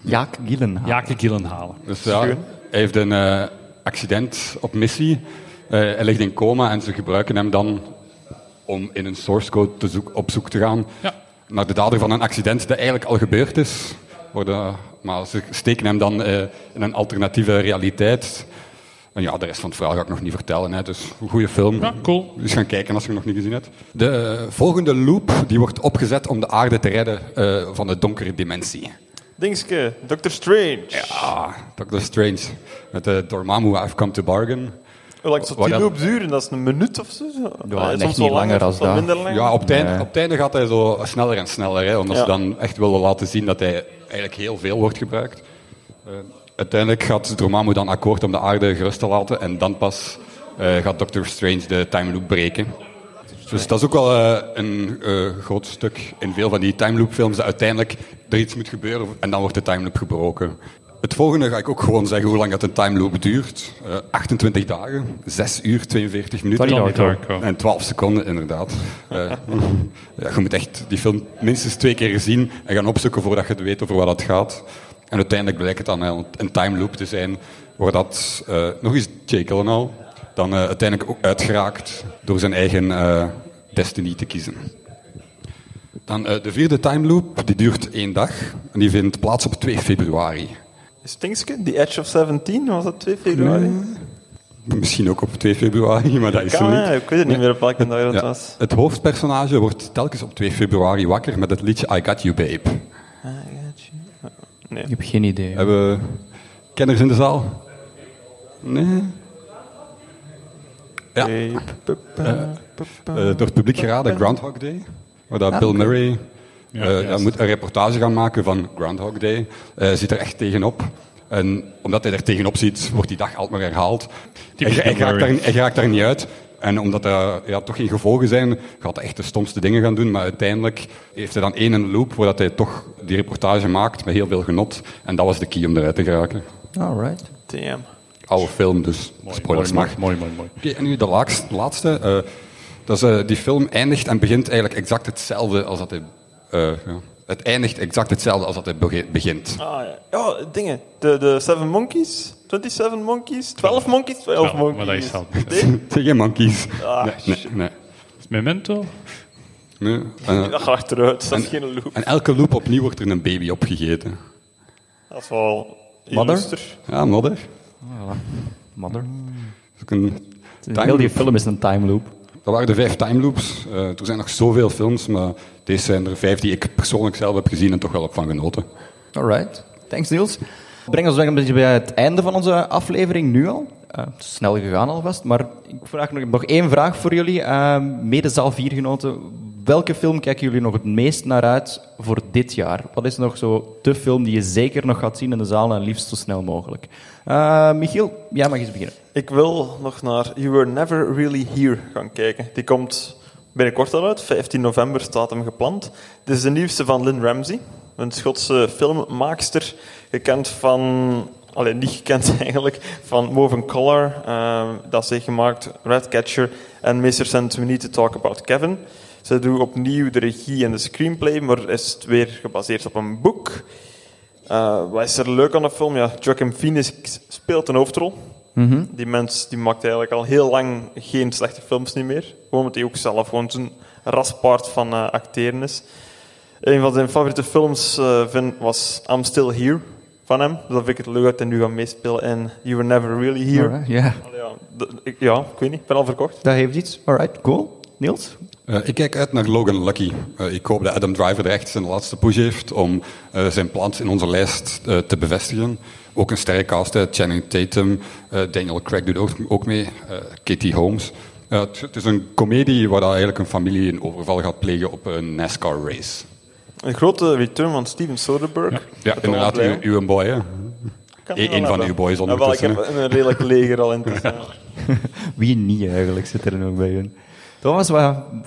Jaak Gyllenhaal. Jake Gyllenhaal. Dus ja, hij heeft een uh, accident op missie. Uh, hij ligt in coma en ze gebruiken hem dan om in een source code te zoek, op zoek te gaan Ja. naar de dader van een accident dat eigenlijk al gebeurd is. Worden, maar ze steken hem dan uh, in een alternatieve realiteit. En ja, de rest van het verhaal ga ik nog niet vertellen. Hè. Dus een goede film. Ja, cool. Dus gaan kijken als je hem nog niet gezien hebt. De uh, volgende loop die wordt opgezet om de aarde te redden uh, van de donkere dimensie. Dingske, Doctor Strange. Ah, Doctor Strange. Met uh, Dormammu, I've come to bargain. Hoe lang zou Wat die dat- loop duren? Dat is een minuut of zo? Ja, Ah, echt soms niet wel langer als soms wel dat. minder lang. Ja, op het, einde, Nee. op het einde gaat hij zo sneller en sneller. Hè, omdat Ja. ze dan echt willen laten zien dat hij eigenlijk heel veel wordt gebruikt. Uh, uiteindelijk gaat Dormammu dan akkoord om de aarde gerust te laten. En dan pas uh, gaat Doctor Strange de time loop breken. Dus dat is ook wel uh, een uh, groot stuk in veel van die time loop films. Dat uiteindelijk er iets moet gebeuren en dan wordt de time loop gebroken. Het volgende ga ik ook gewoon zeggen hoe lang dat een time loop duurt. Uh, achtentwintig dagen, zes uur, tweeënveertig minuten. Donnie Darko. Darko. En twaalf seconden, inderdaad. Uh, ja, je moet echt die film minstens twee keer zien en gaan opzoeken voordat je weet over wat het gaat. En uiteindelijk blijkt het dan uh, een time loop te zijn, waar dat uh, nog eens Jake Gyllenhaal dan uh, uiteindelijk ook uitgeraakt door zijn eigen uh, destiny te kiezen. Dan uh, de vierde time loop, die duurt één dag en die vindt plaats op twee februari. Is Dingske, The Edge of zeventien, was dat twee februari? Misschien ook op twee februari, maar dat is Kan, er hè? niet. Ik weet het niet meer op welke dag dat Ja. was. Het hoofdpersonage wordt telkens op twee februari wakker met het liedje I Got You Babe. Nee. Ik heb geen idee. Hebben we kenners in de zaal? Nee? Ja, Hey, pup, pup, pup, pup. uh, door het publiek geraden Groundhog Day. Waar dat Bill Murray uh, Ja, ja, juist. moet een reportage gaan maken van Groundhog Day. Hij zit er echt tegenop. En omdat hij er tegenop ziet, wordt die dag altijd maar herhaald. Hij, Typisch hij, Bill raakt daar, Murray. hij raakt daar niet uit. En omdat er ja, toch geen gevolgen zijn, gaat hij echt de stomste dingen gaan doen. Maar uiteindelijk heeft hij dan één loop waar dat hij toch die reportage maakt met heel veel genot. En dat was de key om eruit te geraken. Alright. Damn. Oude film, dus spoilers mooi, mag. mooi, mooi, mooi. Oké, en nu de laatste. laatste uh, dat is, uh, die film eindigt en begint eigenlijk exact hetzelfde als dat hij... Uh, ja. Het eindigt exact hetzelfde als dat hij bege- begint. Ah, ja. Ja, dingen. De, de Seven Monkeys? zevenentwintig Monkeys? twaalf Monkeys? twaalf Ja, Monkeys. maar dat is al- Nee? Het zijn geen monkeys. Ah, nee, nee, nee. Is Memento? nee. Uh, Dat gaat achteruit. Dat is geen loop. en elke loop opnieuw wordt er een baby opgegeten. Dat is wel Mother? illuster. Ja, modder. Mother. Dat is ook een time Heel die loop. film is een time loop. Dat waren de vijf time loops. Uh, er zijn nog zoveel films, maar deze zijn er vijf die ik persoonlijk zelf heb gezien en toch wel heb van genoten. Alright. Thanks, Niels. Breng ons een beetje bij het einde van onze aflevering nu al. Uh, het is snel gegaan alvast, maar ik vraag nog, nog één vraag voor jullie. Uh, mede zaal vier-genoten. Welke film kijken jullie nog het meest naar uit voor dit jaar? Wat is nog zo de film die je zeker nog gaat zien in de zaal en liefst zo snel mogelijk? Uh, Michiel, jij mag eens beginnen. Ik wil nog naar You Were Never Really Here gaan kijken. Die komt binnenkort al uit. vijftien november staat hem gepland. Dit is de nieuwste van Lynn Ramsey. Een Schotse filmmaakster. Gekend van... Alleen niet gekend eigenlijk. Van Woven Color. Uh, dat ze heeft gemaakt. Ratcatcher. En meest recent We Need to Talk About Kevin. Ze doet opnieuw de regie en de screenplay. Maar is het weer gebaseerd op een boek. Uh, wat is er leuk aan de film? Ja, Joaquin Phoenix speelt een hoofdrol. Mm-hmm. Die mens die maakt eigenlijk al heel lang geen slechte films niet meer. Gewoon omdat hij ook zelf gewoon zo'n raspaard van uh, acteren is. Een van zijn favoriete films uh, vind, was I'm Still Here van hem. Dus dat vind ik het leuk dat hij nu gaat meespelen in You Were Never Really Here. Alright, ja, Allee, ja, d- ik, ja, ik weet niet. Ik ben al verkocht. dat heeft iets. Alright, cool. Niels? Uh, ik kijk uit naar Logan Lucky. Uh, ik hoop dat Adam Driver echt zijn laatste push heeft om uh, zijn plaats in onze lijst uh, te bevestigen. Ook een sterke cast, hè. Channing Tatum, uh, Daniel Craig doet ook, ook mee, uh, Katie Holmes. Uh, het, het is een komedie waar dat eigenlijk een familie een overval gaat plegen op een NASCAR race. Een grote return van Steven Soderbergh. Ja. Ja, Dat inderdaad, wel uw, blij. uw boy, hè. Kan Eén wel van hebben. uw boys Ja, wel, ik ondertussen, heb een redelijk leger al in te staan. Wie niet eigenlijk, zit er nog bij hun. Thomas, wat, van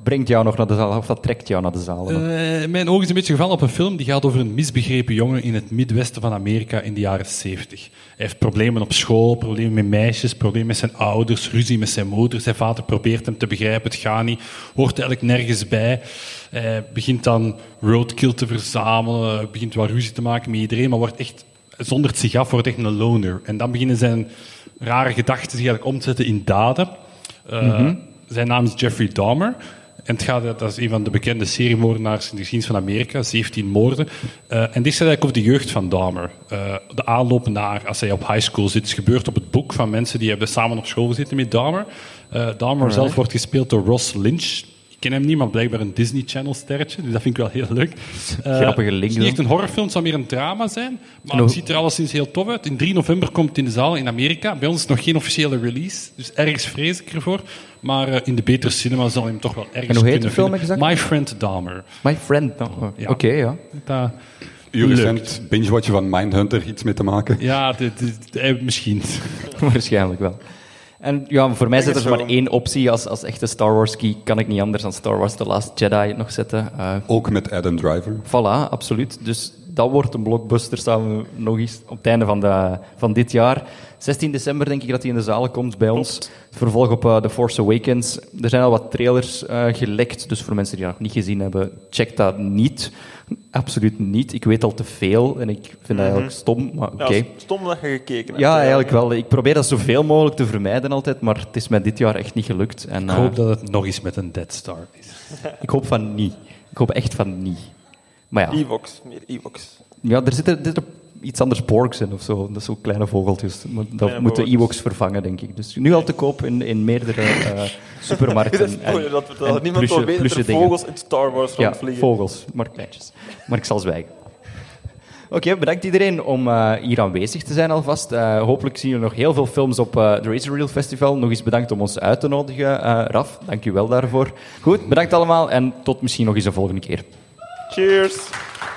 brengt jou nog naar de zaal, of dat trekt jou naar de zaal? Uh, mijn oog is een beetje gevallen op een film die gaat over een misbegrepen jongen in het midwesten van Amerika in de jaren zeventig. Hij heeft problemen op school, problemen met meisjes, problemen met zijn ouders, ruzie met zijn moeder. Zijn vader probeert hem te begrijpen, het gaat niet, hoort eigenlijk nergens bij. Hij begint dan roadkill te verzamelen, begint wat ruzie te maken met iedereen, maar wordt echt, zondert zich af, wordt echt een loner. En dan beginnen zijn rare gedachten zich eigenlijk om te zetten in daden. Uh, mm-hmm. Zijn naam is Jeffrey Dahmer. En het gaat, dat is een van de bekende seriemoordenaars in de geschiedenis van Amerika, zeventien moorden. Uh, en dit gaat eigenlijk over de jeugd van Dahmer. Uh, de aanloop naar, als hij op high school zit, is gebeurd op het boek van mensen die hebben samen op school gezeten met Dahmer. Uh, Dahmer zelf right. wordt gespeeld door Ross Lynch. Ik ken hem niet, maar blijkbaar een Disney Channel sterretje, dus dat vind ik wel heel leuk. Uh, Grappige link. Het is niet echt een horrorfilm, het zou meer een drama zijn, maar het ziet er alleszins heel tof uit. In drie november komt het in de zaal in Amerika. Bij ons is het nog geen officiële release, dus ergens vrees ik ervoor. Maar uh, in de betere cinema zal je hem toch wel ergens kunnen vinden. En hoe heet de film exact? My Friend Dahmer. My Friend Dahmer, ja. Oké, okay, ja. Dat, uw recent binge-watchen van Mindhunter iets mee te maken? Ja, de, de, de, misschien. Waarschijnlijk wel. En ja, voor mij zit er zo maar één optie. Als, als echte Star Wars-key kan ik niet anders dan Star Wars The Last Jedi nog zetten. Uh, Ook met Adam Driver. Voilà, absoluut. Dus dat wordt een blockbuster, staan we nog eens op het einde van, de, van dit jaar. zestien december denk ik dat hij in de zalen komt bij ons. Het vervolg op uh, The Force Awakens. Er zijn al wat trailers uh, gelekt, dus voor mensen die dat nog niet gezien hebben, check dat niet. Absoluut niet. Ik weet al te veel en ik vind mm-hmm. dat eigenlijk stom, maar oké. Okay. Ja, stom dat je gekeken hebt. Ja, eigenlijk wel. Ik probeer dat zoveel mogelijk te vermijden altijd, maar het is mij dit jaar echt niet gelukt. En, ik hoop uh, dat het nog eens met een Death Star is. Ik hoop van niet. Ik hoop echt van niet. Maar ja. Ewoks, meer Ewoks. Ja, er zitten, er zitten iets anders Borgs in of zo. Dat zijn kleine vogeltjes. Maar dat kleine moeten Ewoks vervangen, denk ik. Dus nu al te koop in, in meerdere uh, supermarkten. Dat is mooi, dat we dat niemand wil weten dat er vogels in Star Wars rondvliegen. Ja, vogels, maar kleintjes. Maar ik zal zwijgen. Oké, okay, bedankt iedereen om uh, hier aanwezig te zijn alvast. Uh, hopelijk zien we nog heel veel films op uh, het Razor Reel Festival. Nog eens bedankt om ons uit te nodigen, uh, Raf. Dank u wel daarvoor. Goed, bedankt allemaal en tot misschien nog eens een volgende keer. Cheers!